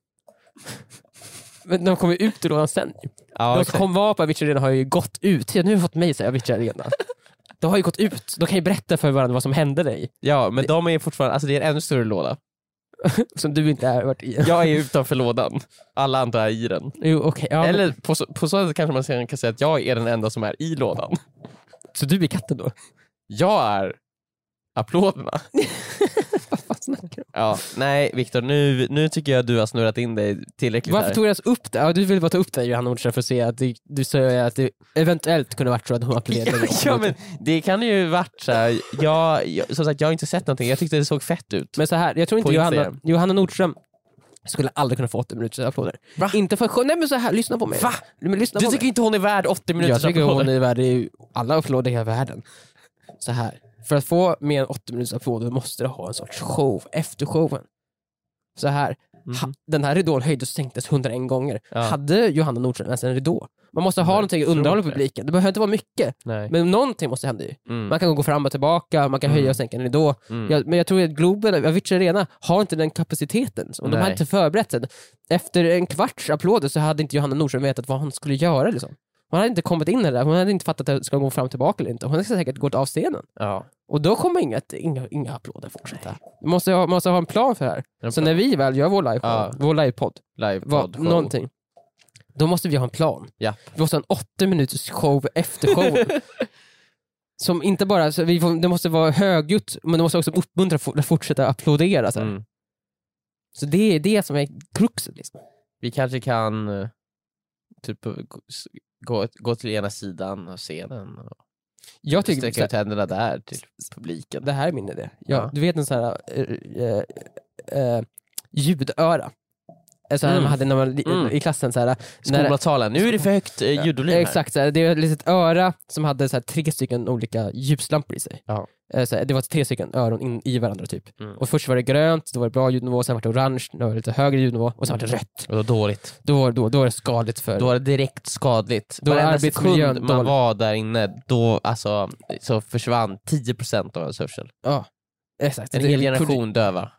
Men de kommer ut ur lådan sen. Ja, de som kom vara på Avicii Arena har ju gått ut. Nu har vi fått mig säga Avicii Arena. De har ju gått ut. De kan ju berätta för varandra vad som hände dig. Ja, men det... de är fortfarande, alltså det är en ännu större låda. Som du inte har varit i. Jag är utanför lådan. Alla andra är i den. Jo, okay, ja, Eller men... på, på så sätt kanske man kan säga att jag är den enda som är i lådan. Så du är katten då? Jag är applåderna. Vad fan snackar du? Ja, nej Victor, nu, nu tycker jag att du har snurrat in dig tillräckligt. Varför här. tog jag ens upp det? Ja, du vill bara ta upp det, Johanna Nordström, för att se att du, du säger att det eventuellt kunde varit så att hon applåderade. Ja, men det kan ju varit så här. Jag, jag, som sagt, jag har inte sett någonting. Jag tyckte det såg fett ut. Men så här, jag tror inte Johanna, Johanna Nordström skulle aldrig kunna få åttio minuters applåder. Va? Inte för, nej men så här, lyssna på mig. Va? Men lyssna du på tycker mig. inte hon är värd åttio minuters applåder? Jag tycker applåder. hon är värd i alla applåder i hela världen. Så här. För att få mer än åttio minuters applåder måste du ha en sorts show efter showen. Så här. Mm. Ha, den här ridån höjdes och sänktes hundraen gånger. Ja. Hade Johanna Nordström ens en ridå? Man måste ha Nej, någonting underhålla publiken. Det behöver inte vara mycket. Nej. Men någonting måste hända ju. Mm. Man kan gå fram och tillbaka, man kan mm. höja och sänka en ridå. Mm. Jag, men jag tror att Globen, Avicii Arena har inte den kapaciteten. Och de har inte förberett sig. Efter en kvarts applåder så hade inte Johanna Nordström vetat vad hon skulle göra. Liksom. Hon hade inte kommit in i det där. Hon hade inte fattat att det ska gå fram och tillbaka eller inte. Hon hade säkert gått av scenen. Ja. Och då kommer inget, inga, inga applåder fortsätta. Vi måste ha, måste ha en plan för det här. En så plan. När vi väl gör vår live ja. vår livepodd, livepodd vad, någonting, då måste vi ha en plan. Ja. Vi måste ha en åtta minuters show efter show. Som inte bara, så vi får, det måste vara högljutt, men det måste också uppmuntra att fortsätta applådera. Så, mm. så det är det som är kruxet. Liksom. Vi kanske kan typ gå, gå till ena sidan av scenen och jag tycker sträcka ut händerna där till publiken. Det här är min idé. Ja, ja. Du vet en sån här äh, äh, ljudöra. Alltså mm. man hade när man, mm. i klassen så här, skolmatsalen. Nu är det för högt äh, ljudvolym här. Exakt, så här, det är ett litet öra som hade så här, tre stycken olika ljuslampor i sig. Ja. Så här, det var tre stycken öron in i varandra typ. Mm. Och först var det grönt, då var det bra ljudnivå, sen var det orange, då var det lite högre ljudnivå och sen var det rött. Och då dåligt. Då, då, då är det skadligt för... Då var det direkt skadligt. Då varenda sekund man dålig. var där inne, då alltså, så försvann tio procent av ens hörsel. Ja, exakt. En hel generation döva.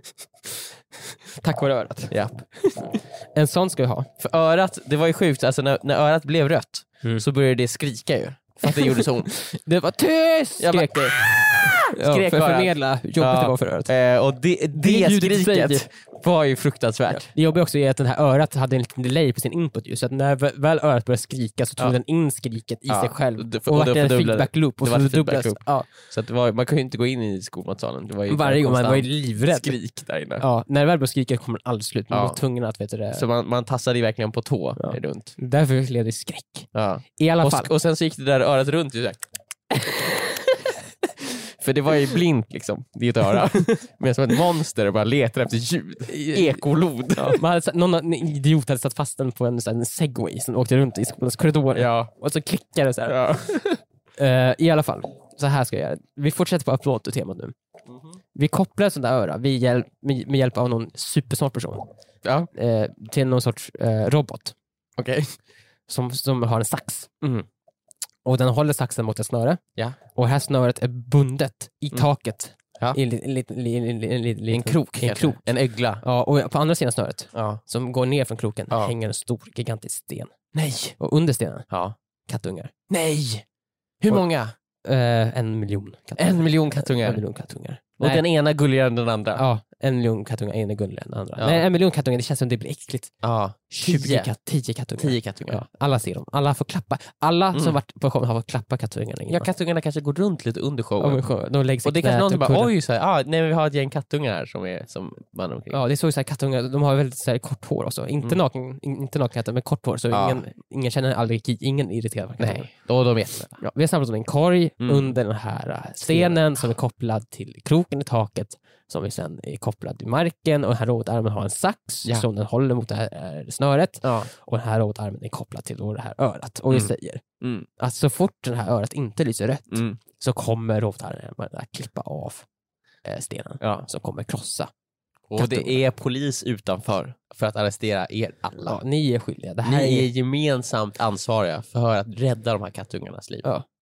Tack vare örat. Ja. En sån ska vi ha. För örat, det var ju sjukt, alltså när, när örat blev rött, mm. så började det skrika ju. För att det gjorde så ont. Det var tyst! Skrek det. Ja, Skrek för att förmedla jobbigt ja. det var för örat. Eh, och det, det, det skriket var ju fruktansvärt. Ja. Det jobbiga också är att den här örat hade en liten delay på sin input ju. Så att när väl örat började skrika så tog ja. den in skriket i ja. sig själv. Och, och, och det var en feedback loop. Och det var så feedback loop. Ja. Så att det var, man kunde ju inte gå in i skolmatsalen. Det var ju varje gång man var ju livrädd. Skrik där inne. Ja, när det väl började skrika kommer det aldrig slut. Man ja. var tvungen att vet du det. Så man, man tassade ju verkligen på tå ja. runt. Därför led det skräck. Ja. I alla och, fall. Och sen så gick det där örat runt ju så här. För det var ju blint liksom, det är ett öra. Men som ett monster och bara letar efter ljud. Ekolod. Ja, man hade, någon idiot hade satt fast den på en, en segway som åkte runt i skolans korridor. Ja. Och så klickade det så här. Ja. Uh, I alla fall, så här ska jag göra. Vi fortsätter på upload-temat nu. Mm-hmm. Vi kopplar ett sånt där öra vi hjäl- med, med hjälp av någon supersmart person. Ja. Uh, till någon sorts uh, robot. Okej. Okay. Som, som har en sax. Mm. Och den håller saxen mot ett snöre. Ja. Och det här snöret är bundet i mm. taket. Ja. I en, en, en, en, en, en krok. En, krok. En ögla. Ja, och på andra sidan snöret, ja. som går ner från kroken, ja. hänger en stor, gigantisk sten. Nej! Och under stenen, ja. kattungar. Nej! Hur och, många? Uh, en miljon kattungar. En miljon kattungar? En miljon kattungar. Och Nej. den ena gulligare än den andra? Ja, en miljon kattungar, en är gulligare än den andra. Ja. Nej, en miljon kattungar, det känns som det blir äckligt. Ja. tjugo kat- tio kattungar. tio kattungar. Ja. Alla ser dem. Alla får klappa. Alla mm. som varit på showen har fått klappa kattungarna. Ja, kattungarna kanske går runt lite under showen. Ja, de läggs och det kanske någon som bara, oj, så här, ah, nej, vi har ett gäng kattungar här som är som man omkring. Ja, det är så, så här, kattungar, de har väldigt så här, kort hår också. Inte mm. naken, inte nakenkatter, men kort hår. Så ja. ingen, ingen känner aldrig, ingen irriterad på kattungar. Nej, då de vet. Ja, vi har samlat om en korg mm. under den här stenen som är kopplad till kroken i taket. Som vi sen är kopplad till marken. Och den här robotarmen har en sax ja. som den håller mot det här snöret. Ja. Och den här robotarmen är kopplad till det här örat. Och vi mm. säger mm. att så fort den här örat inte lyser rött mm. så kommer robotarmen att klippa av stenen. Ja. Som kommer krossa. Och det är polis utanför för att arrestera er alla. Ja, ni är skyldiga. Det här ni är, är gemensamt ansvariga för att rädda de här kattungarnas liv. Ja.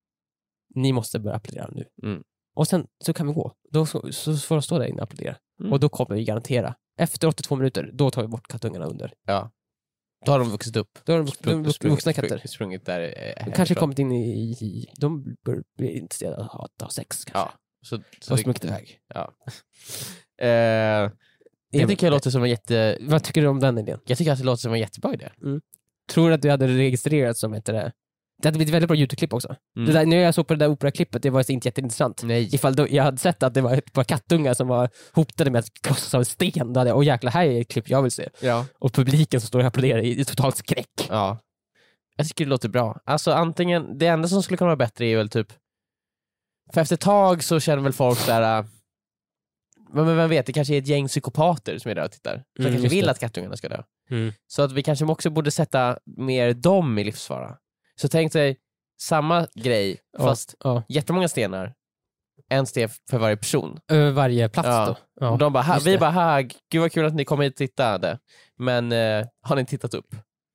Ni måste börja applådera nu. Mm. Och sen så kan vi gå. Då så, så får de stå där inne och applådera. Mm. Och då kommer vi garantera. Efter åttiotvå minuter, då tar vi bort kattungarna under. Ja. Då har de vuxit upp. Då har de vuxit, de vuxit, vuxna katter. Sprungit där. Eh, de kanske kommit in i, i... De bör bli intresserade av att ha sex kanske. Ja. Så, så och smyckat iväg. Ja. eh, det tycker jag låter som en jätte... Vad tycker du om den idén? Jag tycker att det låter som en jättebra idé. Mm. Tror du att du hade registrerat som heter det? Det hade blivit väldigt bra YouTube-klipp också. Mm. Det där, när jag såg på det där operaklippet, det var inte jätteintressant. Nej. Ifall då, jag hade sett att det var ett par kattungar som var hotade med att krossas av en sten. Då hade jag, åh jäklar, här är ett klipp jag vill se. Ja. Och publiken som står och applåderar i, i totalt skräck. Ja. Jag tycker det låter bra. Alltså antingen, det enda som skulle kunna vara bättre är väl typ, för efter ett tag så känner väl folk där, men vem vet, det kanske är ett gäng psykopater som är där och tittar. Som mm, kanske vill det. Att kattungarna ska dö. Mm. Så att vi kanske också borde sätta mer dem i livsfara. Så tänk dig samma grej, fast ja, ja. jättemånga stenar. En sten för varje person. Över varje plats ja. då. Ja, och de bara, vi bara, här, gud vad kul att ni kommer hit och tittade. Men eh, har ni tittat upp?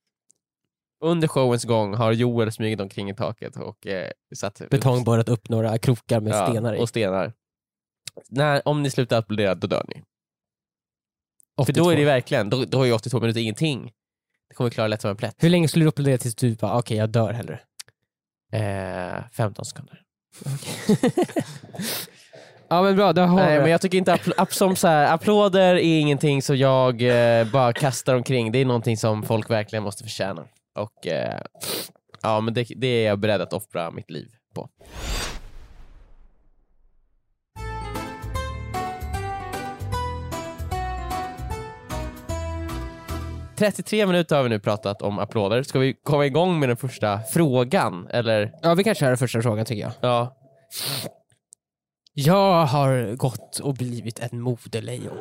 Under showens gång har Joel smugit omkring i taket och eh, satt betongborrat upp några krokar med ja, stenar i. Och stenar. När, om ni slutar applådera, då dör ni. åttiotvå. För då är det verkligen, då, då är ju åttiotvå minuter ingenting. Det kommer klara lätt som en plätt. Hur länge skulle du applådera tills du bara, okej okay, jag dör hellre? Eh, femton sekunder. Ja men bra, då har Nej, men jag tycker inte appl- som så här, applåder är ingenting som jag eh, bara kastar omkring. Det är någonting som folk verkligen måste förtjäna. Och eh, ja, men det, det är jag beredd att offra mitt liv på. trettiotre minuter har vi nu pratat om applåder. Ska vi komma igång med den första frågan? Eller? Ja, vi kan köra första frågan tycker jag. Ja. Jag har gått och blivit en modelejon.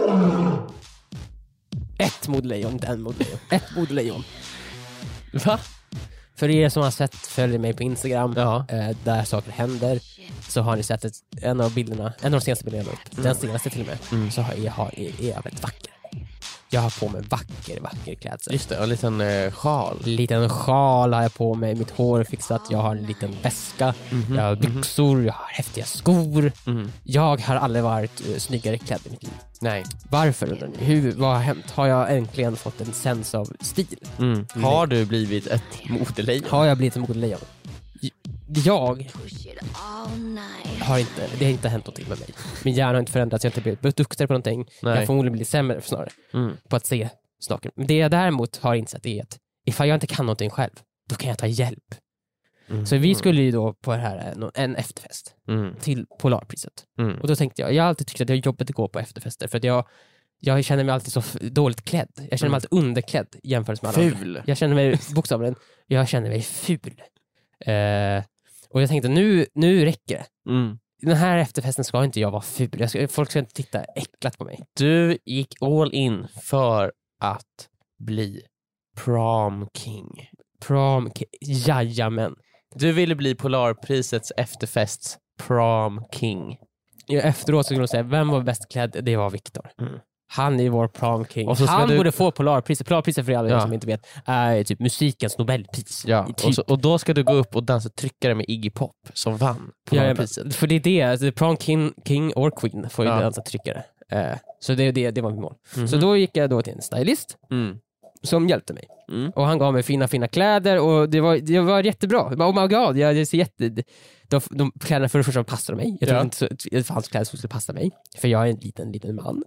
Ett modelejon, inte en modelejon. Ett modelejon. Va? För er som har sett, följer mig på Instagram, ja. eh, där saker händer, så har ni sett ett, en av bilderna, en av de senaste bilderna upp. Mm. Den senaste till och med. Mm. Så har jag, har, är, är jag väldigt vacker. Jag har på mig vacker, vacker klädsel. Just det, en liten eh, sjal. En liten sjal har jag på mig, mitt hår är fixat, jag har en liten väska, mm-hmm. jag har byxor, mm-hmm. jag har häftiga skor. Mm. Jag har aldrig varit uh, snyggare klädd i mitt liv. Nej. Varför undrar ni? Hur, vad har hänt? Har jag äntligen fått en sens av stil? Mm. Har du blivit ett modelejon? Har jag blivit ett modelejon? Jag har inte, det har inte hänt någonting med mig. Min hjärna har inte förändrats, jag har inte blivit duktigare på någonting. Nej. Jag får förmodligen bli sämre snarare mm. på att se saker. Men det jag däremot har insett är att ifall jag inte kan någonting själv, då kan jag ta hjälp. Mm. Så vi skulle ju då på det här en efterfest mm. till Polarpriset. Mm. Och då tänkte jag, jag har alltid tyckt att det är jobbigt att gå på efterfester för att jag Jag känner mig alltid så f- dåligt klädd. Jag känner mig mm. alltid underklädd jämfört med alla Ful. Andra. Jag känner mig bokstavligen, jag känner mig ful. Uh, och jag tänkte, nu, nu räcker det. Mm. Den här efterfesten ska inte jag vara ful. Jag ska, folk ska inte titta äcklat på mig. Du gick all in för att bli prom king. Prom king, jajamän. Du ville bli Polarprisets efterfests prom king. Ja, efteråt så skulle de säga, vem var bäst klädd? Det var Viktor. Mm. Han är vår prom king. Och så han du... borde få Polarpriset. Polarpriset för alla ja. som inte vet är typ musikens Nobelpris. Ja. Typ. Och, så, och då ska du gå upp och dansa tryckare med Iggy Pop som vann Polarpriset. Ja, för det är det, alltså, prom king, king or queen får ju ja. dansa tryckare. Uh, så det, det, det var mitt mål. Mm-hmm. Så då gick jag då till en stylist mm. som hjälpte mig. Mm. Och han gav mig fina fina kläder och det var, det var jättebra. Oh my god, jag, det ser jätte... De, de kläderna för det första passade mig. Jag tror ja. inte så, det fanns kläder som skulle passa mig. För jag är en liten, liten man.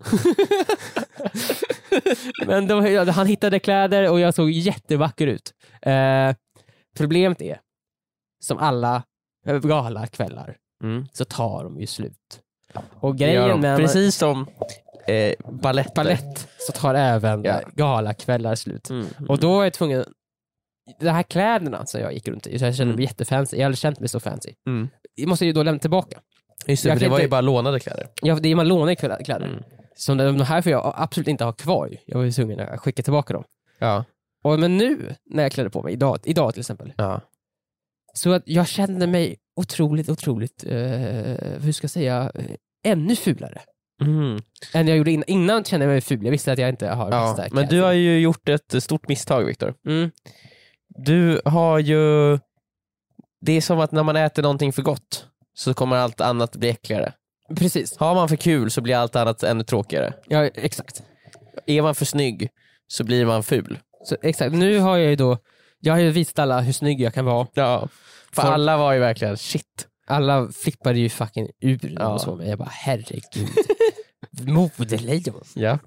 Men de, han hittade kläder och jag såg jättevacker ut. Eh, problemet är, som alla galakvällar mm. så tar de ju slut. Och grejen ja, med... Precis som eh, balett. Balett så tar även ja. galakvällar slut. Mm. Mm. Och då är jag tvungen... De här kläderna som jag gick runt i, så jag kände mig mm. jättefancy. Jag har aldrig känt mig så fancy. Mm. Jag måste ju då lämna tillbaka. Just det, för det var inte... ju bara lånade kläder. Ja, det är man lånade kläder. Mm. Så de här får jag absolut inte ha kvar. Jag var ju tvungen att skicka tillbaka dem. Ja. Och, men nu, när jag klädde på mig, idag, idag till exempel. Ja. Så att jag kände mig otroligt, otroligt, eh, hur ska jag säga, ännu fulare. Mm. Än jag gjorde innan. Innan kände jag mig ful. Jag visste att jag inte har ja, bästa kläder. Men du har ju gjort ett stort misstag, Viktor. Mm. Du har ju... Det är som att när man äter någonting för gott så kommer allt annat bli äckligare. Precis. Har man för kul så blir allt annat ännu tråkigare. Ja, exakt. Är man för snygg så blir man ful. Så, exakt. Nu har jag ju då... Jag har ju visat alla hur snygg jag kan vara. Ja. För så, alla var ju verkligen shit. Alla flippade ju fucking ur ja. och så. Men jag bara, herregud. Modelejon. Ja.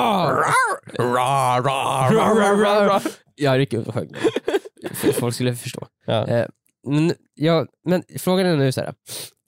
Jag rycker ut och sjöng. Folk skulle förstå. Ja. Eh, men, ja, men frågan är nu så här.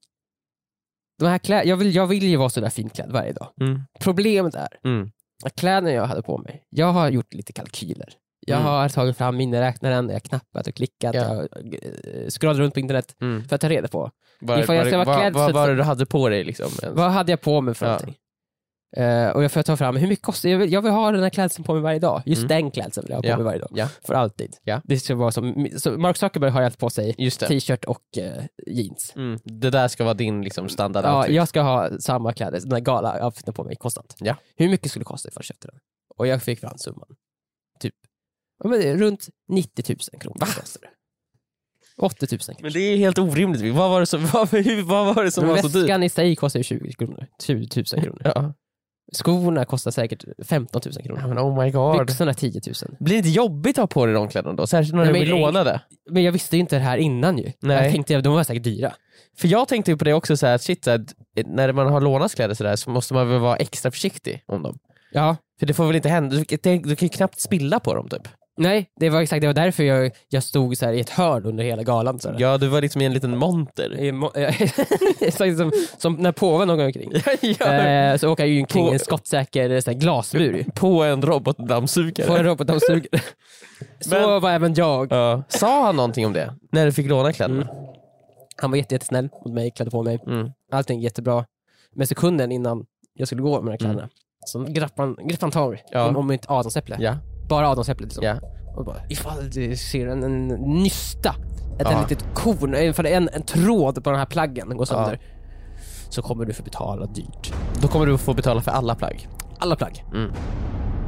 De här klä- jag, vill, jag vill ju vara så där finklädd varje dag. Mm. Problemet är mm. att kläderna jag hade på mig, jag har gjort lite kalkyler. Jag mm. har tagit fram miniräknaren, jag har knappat och klickat, ja. jag har scrollat runt på internet mm. för att ta reda på. Var, var, var, vad vad var det du hade på dig? Liksom? Vad hade jag på mig för ja. någonting? Uh, och jag får ta fram hur mycket kostar jag vill, jag vill ha den här klädseln på mig varje dag. Just mm. den klädseln vill jag ha på ja. mig varje dag. Ja. För alltid. Ja. Det ska vara som, så Mark Zuckerberg har alltid på sig t-shirt och uh, jeans. Mm. Det där ska vara din liksom, standard ja, outfit. Jag ska ha samma kläder, den här gala outfiten på mig konstant. Ja. Hur mycket skulle det kosta för att köpa den? Och jag fick fram summan. Typ ja, men runt nittio tusen kronor. Va? åttio tusen kronor. Men det är helt orimligt. Vad var det som, vad, vad var, det som var så dyrt? Väskan i sig kostar ju tjugo kronor. tjugo tusen kronor. Ja. Skorna kostar säkert femton tusen kronor. Ja, men oh my god. Byxorna tio tusen. Blir det inte jobbigt att ha på dig de kläderna då? Särskilt när du blir lånade. Men jag visste ju inte det här innan ju. Nej. Jag tänkte att de var säkert dyra. För jag tänkte ju på det också så här, shit, så här, när man har lånat kläder så där så måste man väl vara extra försiktig om dem. Ja. För det får väl inte hända. Du, du, du kan ju knappt spilla på dem typ. Nej, det var exakt det var därför jag, jag stod så här i ett hörn under hela galan. Så ja, du var liksom i en liten monter. I mo- exakt som, som när påven åker omkring. ja. eh, så åker jag ju omkring på, en skottsäker så här, glasmur. På en robotdammsugare. På en robotdammsugare. Så Men, var även jag. Uh, sa han någonting om det? När du fick låna kläderna? Mm. Han var jätte, jättesnäll mot mig, klädde på mig. Mm. Allting jättebra. Men sekunden innan jag skulle gå med de här kläderna mm. så greppade han, grepp han tag ja. om, om mitt adamsäpple. Ja. Bara adamsäpplet liksom. Ja. Och bara, ifall du ser en, en nysta, ett ja. litet korn, ifall en, en tråd på den här plaggen går sönder, ja. så kommer du få betala dyrt. Då kommer du få betala för alla plagg. Alla plagg. Mm.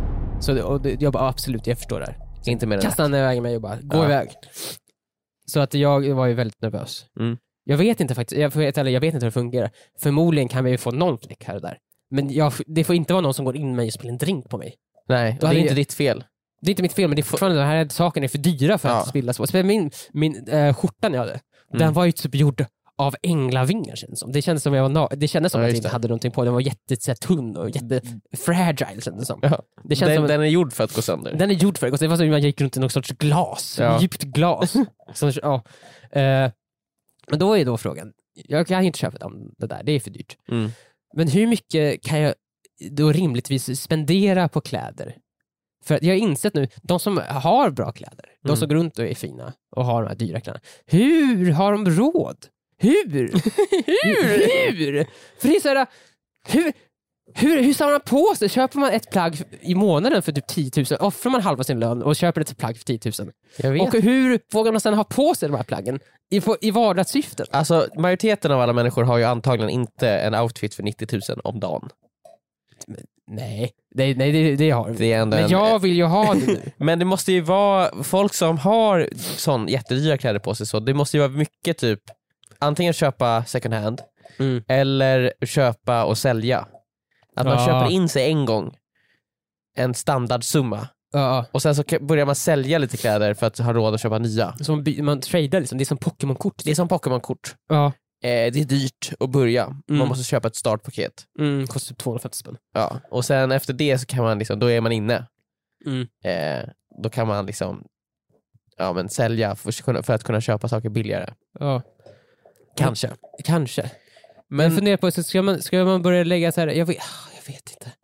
Så och det, jag bara, absolut, jag förstår det här. Inte mer än Kasta han iväg mig och bara, gå ja. iväg. Så att jag var ju väldigt nervös. Mm. Jag vet inte faktiskt, jag, vet, eller jag vet inte hur det fungerar. Förmodligen kan vi ju få någon fläck här och där. Men jag, det får inte vara någon som går in med mig och spelar en drink på mig. Nej, det är inte jag, ditt fel. Det är inte mitt fel, men det är fortfarande den här saken är för dyra för ja. att spillas på. Min, min äh, skjortan jag hade, mm. den var ju typ gjord av änglavingar kändes som. Det kändes som jag var na- det kändes som ja, att jag inte hade någonting på. Den var jättetunn och jättefragile kändes som. Ja. Det känns den, som den är gjord för att gå sönder. Den är gjord för att gå sönder. Det var som att man gick runt i någon sorts glas. Ja. Djupt glas. så, ja. uh, men då är då frågan. Jag kan inte köpa det där. Det är för dyrt. Mm. Men hur mycket kan jag då rimligtvis spendera på kläder? För jag har insett nu, de som har bra kläder, de mm. som går runt och är fina och har de här dyra kläderna, hur har de råd? Hur? hur? Hur? För det är så här, hur, hur, hur samlar man på sig? Köper man ett plagg i månaden för typ tio tusen, offrar man halva sin lön och köper ett plagg för tio tusen? Jag vet. Och hur vågar man sedan ha på sig de här plaggen i, i vardagssyften? Alltså, majoriteten av alla människor har ju antagligen inte en outfit för nittio tusen om dagen. Nej, nej, nej det, det har det är men en, jag vill ju ha det nu. Men det måste ju vara folk som har sån jättedyra kläder på sig, så det måste ju vara mycket typ antingen köpa second hand mm. eller köpa och sälja. Att man ja. köper in sig en gång en standardsumma ja. och sen så börjar man sälja lite kläder för att ha råd att köpa nya. Som man tradar liksom, det är som Pokémon-kort. Det är som Pokémon-kort. Ja. Eh, det är dyrt att börja. Mm. Man måste köpa ett startpaket. Mm, kostar typ tvåhundrafemtio spänn. Ja, och sen efter det så kan man liksom, då är man inne. Mm. Eh, då kan man liksom ja, men sälja för, för att kunna köpa saker billigare. Ja. Kanske. Ja, kanske. Men jag funderar på, så ska man, ska man börja lägga så här, jag vet, jag vet inte.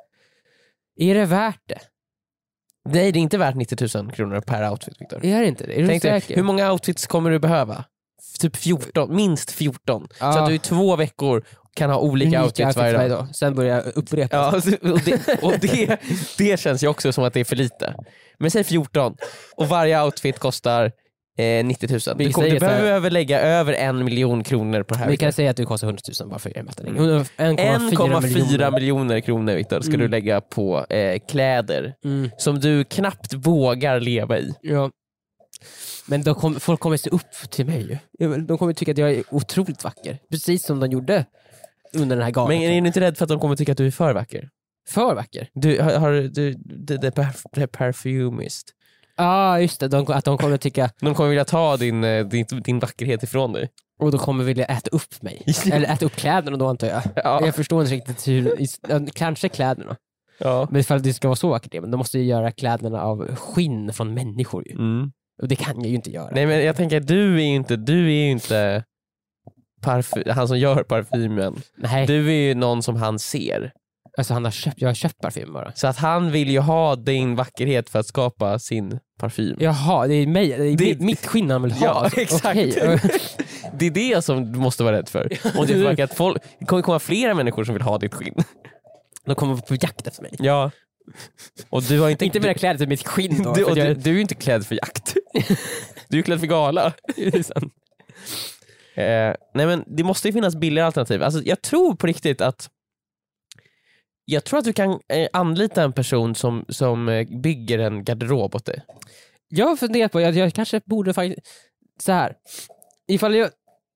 Är det värt det? Nej, det är inte värt nittio tusen kronor per outfit, Victor. Är det inte det? Är du säker? Hur många outfits kommer du behöva? Typ fjorton, minst fjorton. Ja. Så att du i två veckor kan ha olika Unika outfits varje dag. dag. Sen börjar jag upprepa. Ja, och det, och det, det känns ju också som att det är för lite. Men säg fjorton. Och varje outfit kostar eh, nittio tusen. Du, kom, du behöver lägga över en miljon kronor på det här. Vi kan säga att det kostar hundra tusen bara för mm. en komma fyra miljoner kronor, Victor, ska mm. du lägga på eh, kläder mm. som du knappt vågar leva i. Ja. Men de kom, folk kommer se upp till mig ju. De kommer tycka att jag är otroligt vacker. Precis som de gjorde under den här galan. Men är du inte rädd för att de kommer tycka att du är för vacker? För vacker? Du har, har du the, the perfumist. Ja, ah, just det. De, att de kommer tycka... De kommer vilja ta din, din, din vackerhet ifrån dig. Och då kommer vilja äta upp mig. Eller äta upp kläderna då, antar jag. Ja. Jag förstår inte riktigt hur... Kanske kläderna. Ja. Men ifall det ska vara så vackert, men de måste ju göra kläderna av skinn från människor ju. Mm. Och det kan jag ju inte göra. Nej, men jag tänker att du är ju inte, du är ju inte parfy- han som gör parfymen. Nej. Du är ju någon som han ser. Alltså han har köpt, jag har köpt parfym bara. Så att han vill ju ha din vackerhet för att skapa sin parfym. Jaha, det är, mig, det är det, mitt skinn han vill ha. Ja, exakt. Okay. Det är det som du måste vara rädd för. Och det är att folk, det kommer komma flera människor som vill ha ditt skinn. De kommer på jakt efter mig. Ja. Och du har inte inte mer kläder till mitt skinn då. Du, och jag... du, du är ju inte klädd för jakt. Du är klädd för gala. Det är sant. Eh, nej, men det måste ju finnas billigare alternativ. Alltså, jag tror på riktigt att jag tror att du kan eh, anlita en person som, som eh, bygger en garderob åt dig. Jag har funderat på att jag, jag kanske borde faktiskt så här. Ifall jag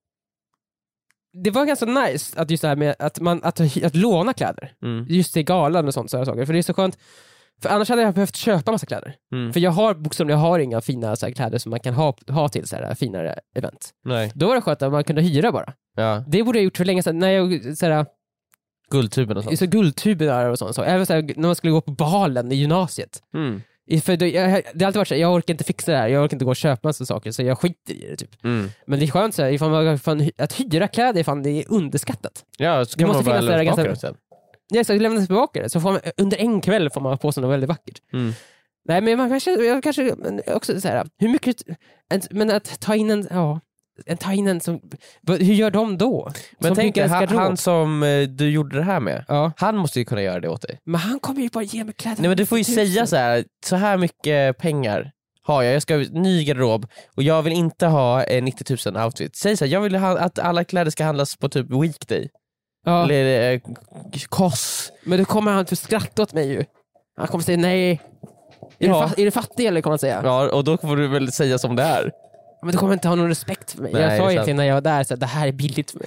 det var ganska nice att just det här med att man att, att låna kläder. Mm. Just i galan och sånt så här saker, för det är så skönt. För annars hade jag behövt köpa massa kläder. Mm. För jag har bokstavligen jag har inga fina så här, kläder som man kan ha, ha till så här finare event. Nej. Då var det skönt att man kunde hyra bara. Ja. Det borde jag gjort för länge sedan när jag så här, guldtuben och sånt. Så guldtuben och sånt så. Även så här, när man skulle gå på balen i gymnasiet. Mm. För då, jag, det har alltid varit så, jag orkar inte fixa det här, jag orkar inte gå och köpa massa saker, så jag skiter i det typ. Mm. Men det är skönt så här, ifall man, fan, att hyra kläder fan, det är underskattat. Ja, så kan det man bara lämna tillbaka det sen. Ja, så lämna tillbaka det. Så får man, under en kväll får man på sig något väldigt vackert. Mm. Nej, men man kanske, jag kanske också så här, hur mycket, en, men att ta in en, ja, en ta in en som, hur gör de då? Men tänk dig, han, han som eh, du gjorde det här med, ja. Han måste ju kunna göra det åt dig. Men han kommer ju bara ge mig kläder. Nej, men du får ju säga så här, så här mycket pengar har jag, jag ska ha ny garderob och jag vill inte ha eh, nittio tusen outfit. Säg så här, jag vill ha, att alla kläder ska handlas på typ weekday. Ja. Eller eh, koss. Men då kommer han för skratta åt mig ju. Han kommer säga nej. Är, Ja. du, fa- är du fattig eller kan man säga? Ja, och då får du väl säga som det är. Men du kommer inte ha någon respekt för mig. Nej, jag det är sa sant. egentligen när jag var där så att det här är billigt för mig.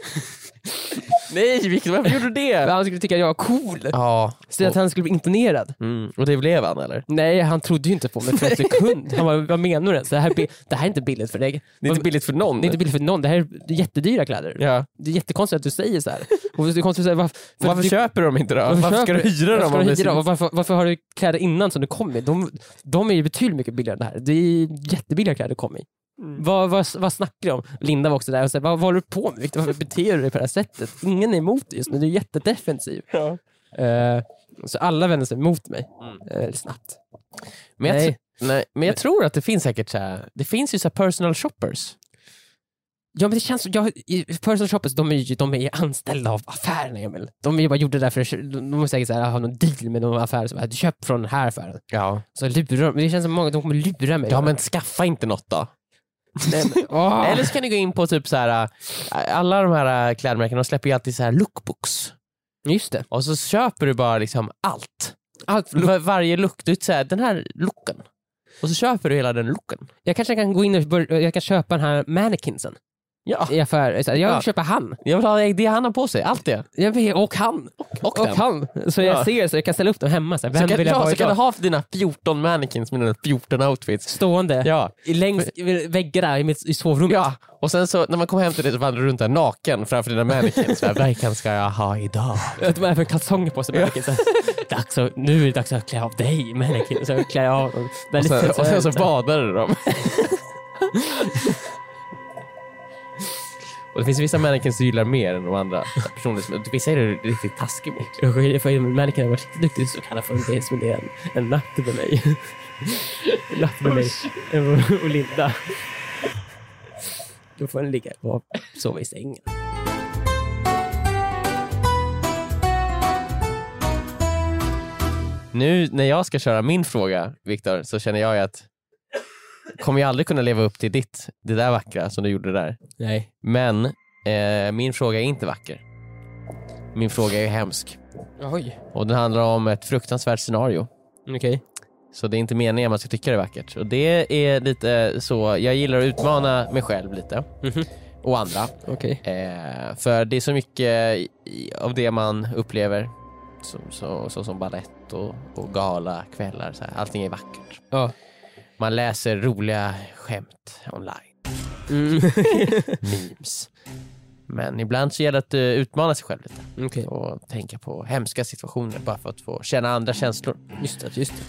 Nej, Victor, varför gjorde du det? Han skulle tycka att jag var cool. Ja. Så att han skulle bli imponerad. Mm. Och det blev han, eller? Nej, han trodde ju inte på mig för en sekund. Han bara, vad menar du? Så det, här, är bi- det här är inte billigt för dig. Det är inte billigt för någon. Det är inte billigt för någon. Det här är jättedyra kläder. Ja. Det är jättekonstigt att du säger så här. Och det är konstigt att säga, varför, för Varför du, köper de inte då? Varför, varför ska du köper- hyra dem? varför, Om det hyra dem? är Och varför, varför har du kläder innan som du kom med? De, de är ju betydligt mycket billigare än det här. Det är jättebilliga kläder du kom i. Mm. Vad, vad, vad snackar du om? Linda var också där och sa, vad, vad håller du på med? Victor? Varför beter du dig på det här sättet? Ingen är emot dig just nu, du är jättedefensiv. Ja. Uh, så alla vänder sig emot mig mm. uh, snabbt. Men jag, Nej. tr- nej, men jag tror att det finns säkert så här, det finns ju så här personal shoppers. Ja, men det känns som, jag, personal shoppers, de är ju de är ju anställda av affärerna, Emil. De är ju bara gjorde det där för att de är säkert så här, ha någon deal med någon affär som har köpt från den här affären. Ja. Så lurar de, det känns som många, de kommer lura mig. Ja, men skaffa inte något då. Nej, men, åh. Eller så kan ni gå in på typ så här, alla de här klädmärkena, de släpper ju alltid så här lookbooks. Just det. Och så köper du bara liksom allt. Allt för Var, varje look, du säger den här looken. Och så köper du hela den looken. Jag kanske kan gå in och börja, jag kan köpa den här mannequinsen Ja. i affär. Så jag Ja. köper han. Jag vill ha det han har på sig, allt det. Jag vill, och han. Och, Och den. han. Så jag Ja. ser så jag kan ställa upp dem hemma. Så här, vem Så kan, vill jag ja, vara så kan idag? du ha dina fjorton mannequins med dina fjorton outfits. Stående Ja. i längs i väggarna i, mitt, i sovrummet. Ja, och sen så när man kommer hem till det så vandrar du runt där naken framför dina mannequins. Så här, vilken ska jag ha idag? De har även kalsonger på sig. Ja. Dags att, nu är det dags att klä av dig, mannequin. Så klär jag av dem. Och sen, och sen så badar du dem. Och det finns vissa mannequins som gillar mer än de andra personer. Vissa är det riktigt taskig mot. Jag får mannequin har varit riktigt duktig så kan jag få det som en, en natt med mig. En natt med mig och Linda. Då får den ligga och sova i sängen. Nu när jag ska köra min fråga, Victor, så känner jag ju att kommer jag aldrig kunna leva upp till ditt, det där vackra som du gjorde där. Nej. Men eh, min fråga är inte vacker. Min fråga är hemsk. Oj. Och den handlar om ett fruktansvärt scenario. Okej. Okay. Så det är inte meningen att man ska tycka det är vackert. Och det är lite så, jag gillar att utmana mig själv lite. Mm-hmm. Och andra. Okej. Okay. Eh, för det är så mycket i, av det man upplever. Så, så, så som ballett och, och gala kvällar. Så här. Allting är vackert. Ja. Man läser roliga skämt online. Mm. Memes. Men ibland så gäller det att uh, utmana sig själv lite. Okay. Och tänka på hemska situationer bara för att få känna andra känslor. Just det, just det.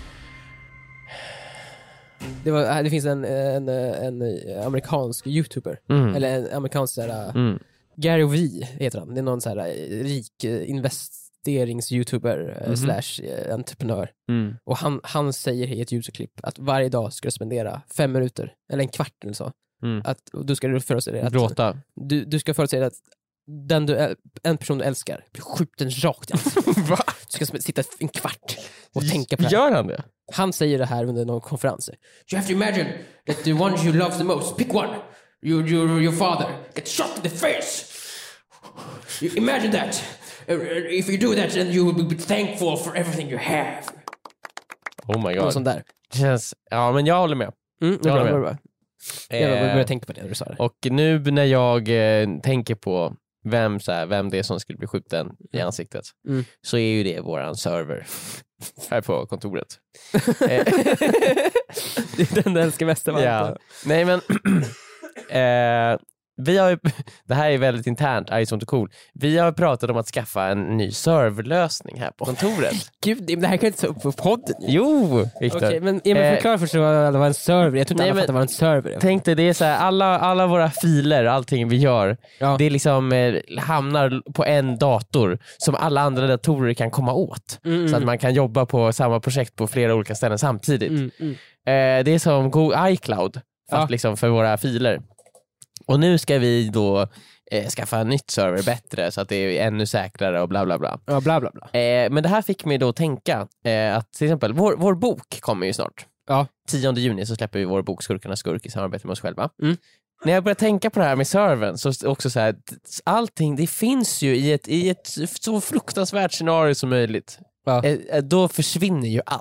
Det, var, det finns en, en, en amerikansk youtuber. Mm. Eller en amerikansk såhär, Mm. Gary Vee heter han. Det är någon såhär rik investerings-youtuber mm. slash entreprenör. Mm. Och han, han säger i ett YouTube-klipp att varje dag ska du spendera fem minuter, eller en kvart eller så. Mm. Att, och då ska du föreställa dig att Gråta. du, du ska föreställa dig att den du, en person du älskar blir skjuten rakt i ansiktet. Va? Du ska sitta en kvart och tänka på det här. Gör han det? Han säger det här under någon konferens. You have to imagine that the one you love the most, pick one. Your, your, your father gets shot in the face. You imagine that. Uh, if you do that then you will be thankful for everything you have. Oh my god. Och sånt där. Det känns, ja men jag håller med. Mm, jag jag håller med. började eh, börja tänka på det när du sa det. Och nu när jag eh, tänker på vem, så här, vem det är som skulle bli skjuten i ansiktet Mm. så är ju det våran server här på kontoret. Det är den du älskar mest av allt. Ja. Nej men eh, vi har ju, det här är väldigt internt, är sånt och cool. Vi har pratat om att skaffa en ny serverlösning här på kontoret. Gud, det här kan inte ta upp på podden. Jo, Victor. Okej, men Emil Eh, förklara först vad det var en server. Jag tror inte nej, alla men- fattar vad en server är. Tänk dig, det är så här, alla, alla våra filer, allting vi gör, Ja. det liksom eh, hamnar på en dator som alla andra datorer kan komma åt. Mm, Så att mm. man kan jobba på samma projekt på flera olika ställen samtidigt. Mm, mm. Eh, det är som Google iCloud, fast Ja. liksom för våra filer. Och nu ska vi då eh, skaffa en nytt server bättre så att det är ännu säkrare och bla bla bla. Ja, bla bla bla. Eh, men det här fick mig då tänka eh, att till exempel vår, vår bok kommer ju snart. Ja. tionde juni så släpper vi vår bok Skurkarnas skurk i samarbete med oss själva. Mm. När jag börjar tänka på det här med servern så också så här, allting det finns ju i ett, i ett så fruktansvärt scenario som möjligt. Ja. Eh, då försvinner ju allt.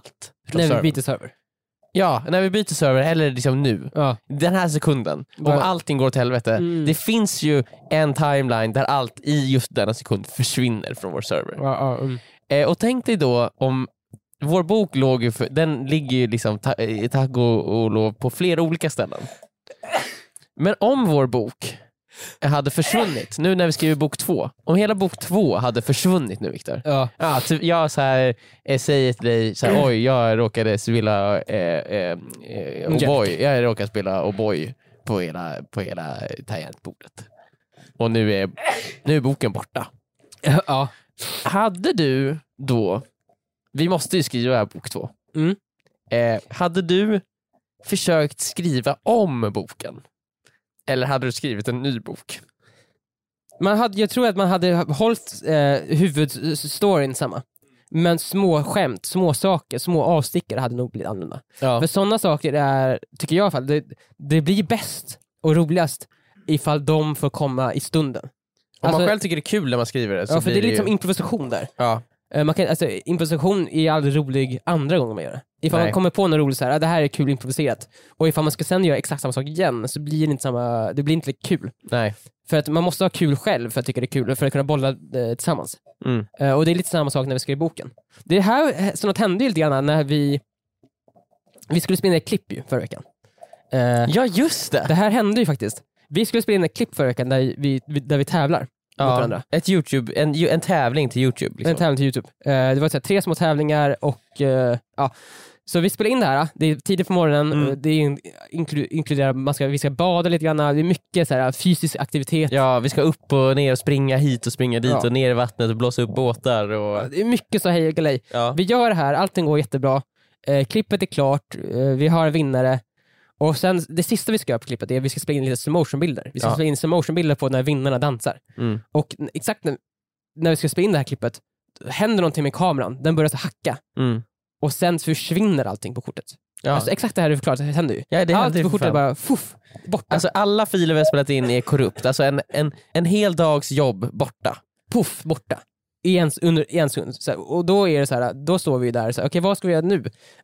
När servern. vi byter server. Ja, när vi byter server, eller liksom nu. Ja. Den här sekunden. Om ja. allting går till helvete. Mm. Det finns ju en timeline där allt i just denna sekund försvinner från vår server. Ja, ja, mm. eh, och tänk dig då om vår bok låg ju för, den ligger ju liksom ta, tack och, och lov på flera olika ställen. Men om vår bok hade försvunnit nu när vi skriver bok två, om hela bok två hade försvunnit nu, Viktor. Ja. Ja, typ, jag så här, eh, säger till dig så här, oj, jag råkade spela eh, eh, eh, O'boy. Jag råkade spela O'boy på hela, på hela tangentbordet. Och nu är, nu är boken borta. Ja. Hade du då, vi måste ju skriva bok två. Mm. Eh, hade du försökt skriva om boken? Eller hade du skrivit en ny bok? Man hade, jag tror att man hade hållit eh, huvudstoryn samma. Men små skämt, små saker, små avstickare hade nog blivit annorlunda. Ja. För sådana saker är, tycker jag i alla fall, det, det blir bäst och roligast ifall de får komma i stunden. Om alltså, man själv tycker det är kul när man skriver det. Så ja, för det är lite ju... som improvisation där. Ja. Man kan, alltså, improvisation är aldrig rolig andra gånger man gör det. Ifall Nej. man kommer på något roligt så här, ah, det här är kul improviserat. Och ifall man ska sen göra exakt samma sak igen så blir det inte samma, det blir inte lika kul. Nej. För att man måste ha kul själv för att tycka det är kul, för att kunna bolla eh, tillsammans. Mm. Uh, och det är lite samma sak när vi skrev boken. Det här som något hände ju lite grann när vi vi skulle spela ett klipp ju förra veckan. Uh, ja, just det. Det här hände ju faktiskt. Vi skulle spela ett klipp förra veckan där vi, där vi tävlar. Ja, ett YouTube, en, en tävling till YouTube. Liksom. En tävling till YouTube. Uh, det var så här, tre små tävlingar och uh, ja. Så vi spelar in det här, det är tidigt på morgonen, mm. det är inklu- inkluderar, man ska, vi ska bada lite grann, det är mycket så här, fysisk aktivitet. Ja, vi ska upp och ner och springa hit och springa dit ja. och ner i vattnet och blåsa upp båtar. Och... Ja, det är mycket så hej och galej. Ja. Vi gör det här, allting går jättebra, eh, klippet är klart, eh, vi har vinnare. Och sen, det sista vi ska göra på klippet är att vi ska spela in lite slow motion-bilder. Vi ska ja. spela in slow motion-bilder på när vinnarna dansar. Mm. Och exakt när, när vi ska spela in det här klippet händer någonting med kameran, den börjar så hacka. Mm. Och sen försvinner allting på kortet. Ja. Alltså, exakt det här du förklarat, det händer ju. Ja, det allt händer på kortet är bara fuff, borta. Alltså alla filer vi har spelat in är korrupt. Alltså en, en, en hel dags jobb borta. Puff, borta. I en, under, i en sekund. Så här, och då är det så här, då står vi där och säger, okej, vad ska vi göra nu?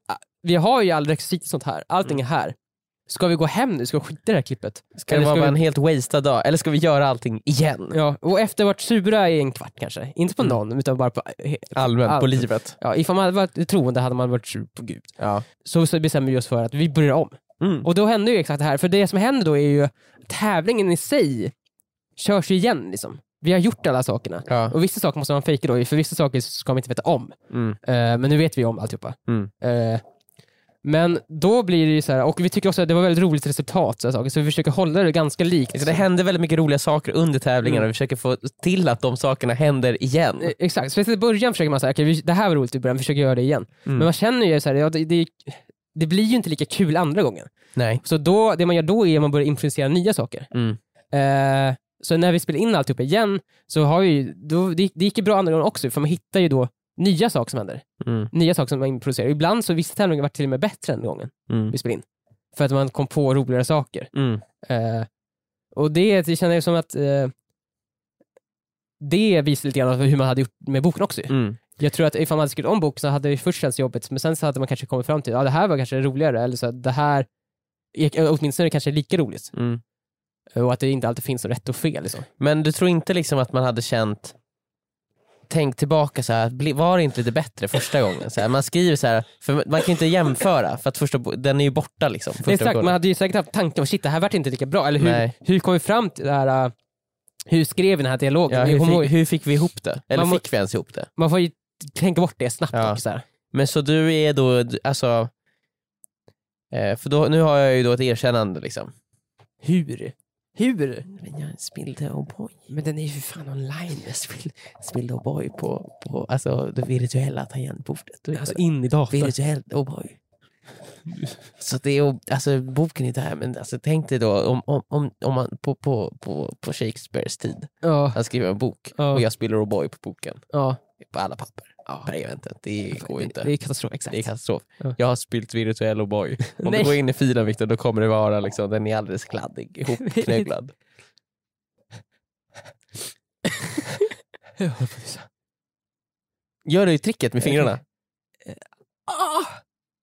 Vi har ju all rekvisit sånt här. Allting är här. Ska vi gå hem nu? Ska vi skita i det här klippet? Ska det vara vi... en helt wasted dag? Eller ska vi göra allting igen? Ja, och efter varit sura i en kvart kanske. Inte på någon, mm. utan bara på... Allmänt, allt. På livet. Ja, ifall man hade varit troende hade man varit sur på Gud. Ja. Så, så bestämmer vi oss för att vi börjar om. Mm. Och då händer ju exakt det här. För det som händer då är ju tävlingen i sig körs ju igen liksom. Vi har gjort alla sakerna. Ja. Och vissa saker måste man fejka då. För vissa saker ska man inte veta om. Mm. Uh, men nu vet vi om alltihopa. Mm. Uh, Men då blir det ju så här, och vi tycker också att det var väldigt roligt resultat så, här, så vi försöker hålla det ganska likt. Så det händer väldigt mycket roliga saker under tävlingarna mm. och vi försöker få till att de sakerna händer igen. Eh, exakt, så i början försöker man säga, okej, okay, det här var roligt i början, vi försöker göra det igen. Mm. Men man känner ju så här, ja, det, det, det blir ju inte lika kul andra gången. Nej. Så då, det man gör då är att man börjar influensera nya saker. Mm. Eh, så när vi spelar in alltihop igen så har vi, då, det, det gick ju bra andra gången också, för man hittar ju då nya saker som händer. Mm. Nya saker som man improviserar. Ibland så vissa tävlingar var till och med bättre än gången mm. vi spelade in. För att man kom på roligare saker. Mm. Uh, och det, det känner jag som att uh, det visar lite grann hur man hade gjort med boken också. Mm. Jag tror att ifall man hade skrivit om bok så hade det först känts jobbigt, men sen så hade man kanske kommit fram till ja, det här var kanske roligare, eller så det här åtminstone kanske är lika roligt. Mm. Och att det inte alltid finns rätt och fel. Liksom. Men du tror inte liksom att man hade känt tänk tillbaka så här, var det inte lite bättre första gången? Så här, man skriver så här, för man kan inte jämföra för att första, den är ju borta liksom. Det är exakt, man hade ju säkert haft tanken, shit, det här vart inte lika bra. Eller hur, hur kom vi fram till det här, uh, hur skrev vi den här dialogen? Ja, hur, fick, hur fick vi ihop det? Eller man fick vi ens ihop det? Man får ju tänka bort det snabbt. Ja. Så här. Men så du är då, alltså, eh, för då, nu har jag ju då ett erkännande liksom. Hur? Hur? Men jag spillde O'boy. Men den är ju för fan online. Jag spillde, spillde O'boy på, på alltså, det virtuella tangentbordet. Alltså in i datorn. Virtuellt O'boy. Så det är, alltså boken är där, men alltså, tänk dig då om, om, om, om man på, på, på, på Shakespeares tid ja. han skriver en bok ja. och jag spiller O'boy på boken. Ja. På alla papper. Ja. Pergamentet. Det går ju inte. Det är katastrof, exakt. Det är katastrof. Ja. Jag har spilt virtuell O'boy. Om du går in i filen, Victor, då kommer det vara liksom, den är alldeles kladdig, ihopknögglad. Gör du tricket med fingrarna?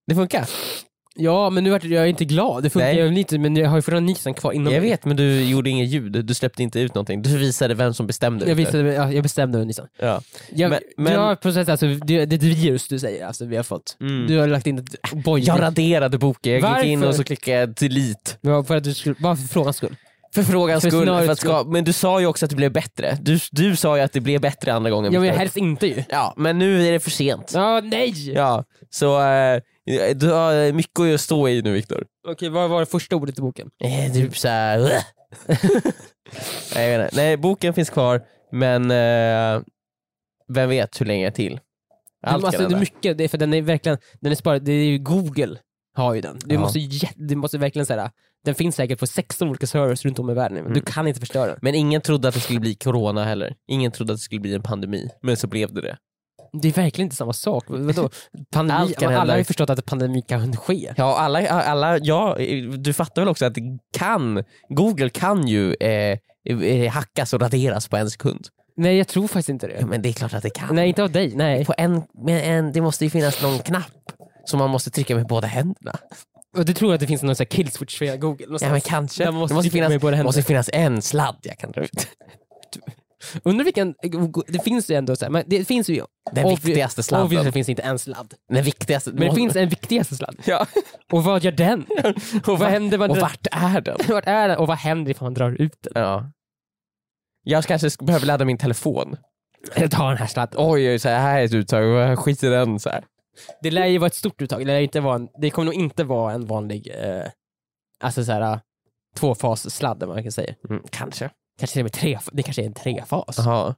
Det funkar. Ja, men nu vart jag inte glad. Det funkar Nej. ju lite, men jag har ju fortfarande nysen kvar inom Jag mig. vet, men du gjorde inget ljud. Du släppte inte ut någonting. Du visade vem som bestämde. Jag, visade, ja, jag bestämde nysen. Ja. Jag, Men- men- ja, på sätt, alltså, det, det är ett virus du säger, alltså, vi har fått. Mm. Du har lagt in ett boj. Jag raderade boken. Jag gick in Varför? och så klickade jag delete. Ja, för att du skulle, bara för frågans skull. För frågans För skull. scenariot För att ska, men du sa ju också att det blev bättre. Du, du sa ju att det blev bättre andra gången. Ja, men Viktor. helst inte ju. Ja, men nu är det för sent. Ja, nej! Ja, så eh, du har mycket att stå i nu, Viktor. Okej, vad var det första ordet i boken? Eh, typ såhär... Nej, jag vet inte. Nej, boken finns kvar, men eh, vem vet hur länge till. Allt alltså, kan det är hända. mycket, det är för den är verkligen, den är sparad, det är ju Google har ju den. Du Ja. måste, jä- du måste verkligen säga, den finns säkert på sexton olika servers runt om i världen, men Mm. du kan inte förstöra den. Men ingen trodde att det skulle bli corona heller. Ingen trodde att det skulle bli en pandemi, men så blev det det. Det är verkligen inte samma sak. Vadå? Pandemi, Allt kan alla hända. har ju förstått att en pandemi kan ske. Ja, alla, alla, ja, du fattar väl också att det kan, Google kan ju eh, eh, hackas och raderas på en sekund. Nej, jag tror faktiskt inte det. Ja, men det är klart att det kan. Nej, inte av dig. Nej. På en, med en, det måste ju finnas någon knapp som man måste trycka med båda händerna. Och du tror att det finns någon sån här kill switch för Google? Någonstans. Ja, men kanske. Där man måste det måste trycka med båda finnas, händerna. måste finnas en sladd jag kan dra ut. Undrar vilken, det finns ju ändå så här, men det finns ju Den obvi- viktigaste sladden. obviously finns inte en sladd. Den viktigaste. Men det finns en viktigaste sladd. Ja. Och vad gör den? och, vad händer man och drar- vart är den? Vart är den? Och vad händer ifall man drar ut den? Ja. Jag kanske sk- behöver ladda min telefon. Jag tar den här sladden. Oj, så här, här är ett uttag och jag skiter i den så här. Det lär ju vara ett stort uttag. Det, lär inte vara en, det kommer nog inte vara en vanlig eh, alltså så här, tvåfas-sladd, man kan säga. Mm, kanske. Kanske till och med tre, det kanske är en trefas. Jaha.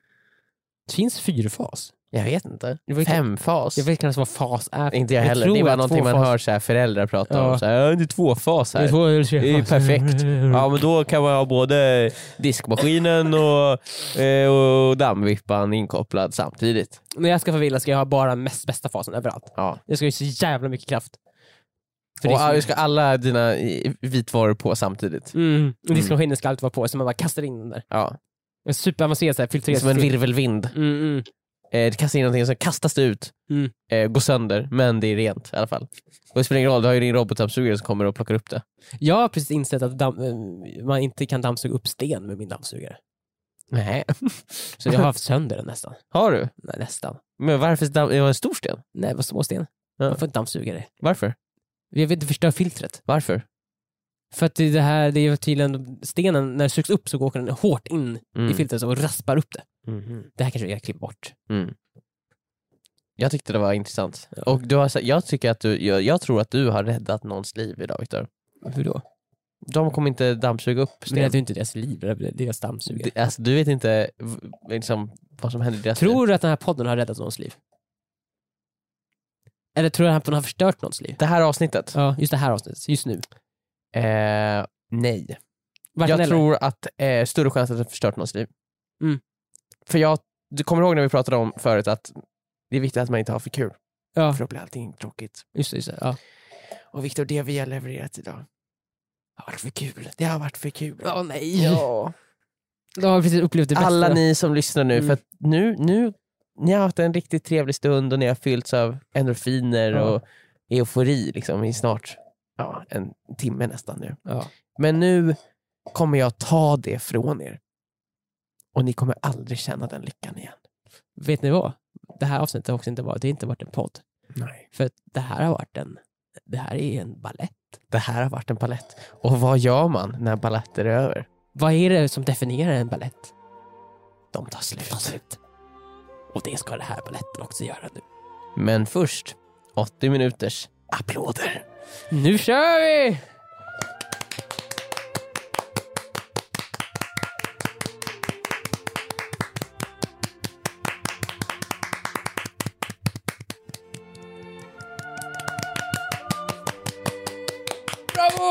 Det finns fyrfas. Jag vet inte. Jag vet- Femfas. Jag vet inte ens vad fas är. Inte jag Jag heller. tror Det är bara att någonting man tvåfas- hör så här föräldrar prata Ja. om. Så här, "Ja, det är tvåfas här. Det är, två eller tre Det är ju fas. perfekt. Ja, men då kan man ha både diskmaskinen och, eh, och dammvippan inkopplad samtidigt. När jag ska få villa ska jag ha bara mest bästa fasen överallt. Ja. Det ska ju så jävla mycket kraft. För Och det är så- du ska alla dina eh, vitvaror på samtidigt. Mm. Och diskmaskinen ska alltid vara på så man bara kastar in den där. Ja. En superavancerad så här Det är filtrerad som en system. virvelvind. Mm, mm. Eh, det kastar in någonting som kastas det ut. Mm. Eh, går sönder, men det är rent i alla fall. Och det spelar ingen roll, du har ju din robotdammsugare som kommer och plockar upp det. Jag har precis insett att damm, eh, man inte kan dammsuga upp sten med min dammsugare. Nej. Så jag har haft sönder den nästan. Har du? Nej, nästan. Men varför damm- det var en stor sten? Nej, vad små sten. Ja. Man får inte dammsuga det. Varför? Jag vill inte förstöra filtret. Varför? För att det det här, det är tydligen stenen, när den sugs upp så åker den hårt in Mm. i filtret och raspar upp det. Mhm. Det här kanske jag klipper bort. Mm. Jag tyckte det var intressant. Och du har, sa- jag, tycker att du, jag, jag tror att du har räddat någons liv idag, Viktor. Hur då? De kommer inte dammsuga upp Men sten. det är ju inte deras liv, det är deras dammsugare. Det- Alltså, du vet inte v- liksom, vad som händer i deras Tror liv. du att den här podden har räddat någons liv? Eller tror du att den här podden har förstört någons liv? Det här avsnittet? Ja, just det här avsnittet, just nu. Eh, nej. Varken Jag eller. tror att eh, större chans att det har förstört någons liv. Mm. För jag, du kommer ihåg när vi pratade om förut att det är viktigt att man inte har för kul. Ja, För då blir allting tråkigt. just det. Just det. Ja. Och Viktor, det vi har levererat idag har varit för kul. Det har varit för kul. Åh nej! Ja. Då har vi precis upplevt det bästa. Alla ni som lyssnar nu, Mm. för att nu, nu ni har haft en riktigt trevlig stund och ni har fyllts av endorfiner Ja. och eufori liksom, i snart ja, en timme nästan nu. Ja. Men nu kommer jag ta det från er. Och ni kommer aldrig känna den lyckan igen. Vet ni vad? Det här avsnittet har också inte varit, det har inte varit en podd. Nej. För att det här har varit en, det här är en ballett. Det här har varit en ballett. Och vad gör man när balletter är över? Vad är det som definierar en ballett? De tar slut. Ta slut. Och det ska den här balletten också göra nu. Men först åttio minuters applåder. Nu kör vi! Bravo!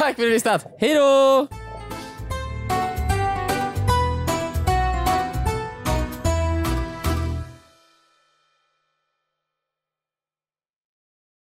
Tack för att du lyssnat. Hej då!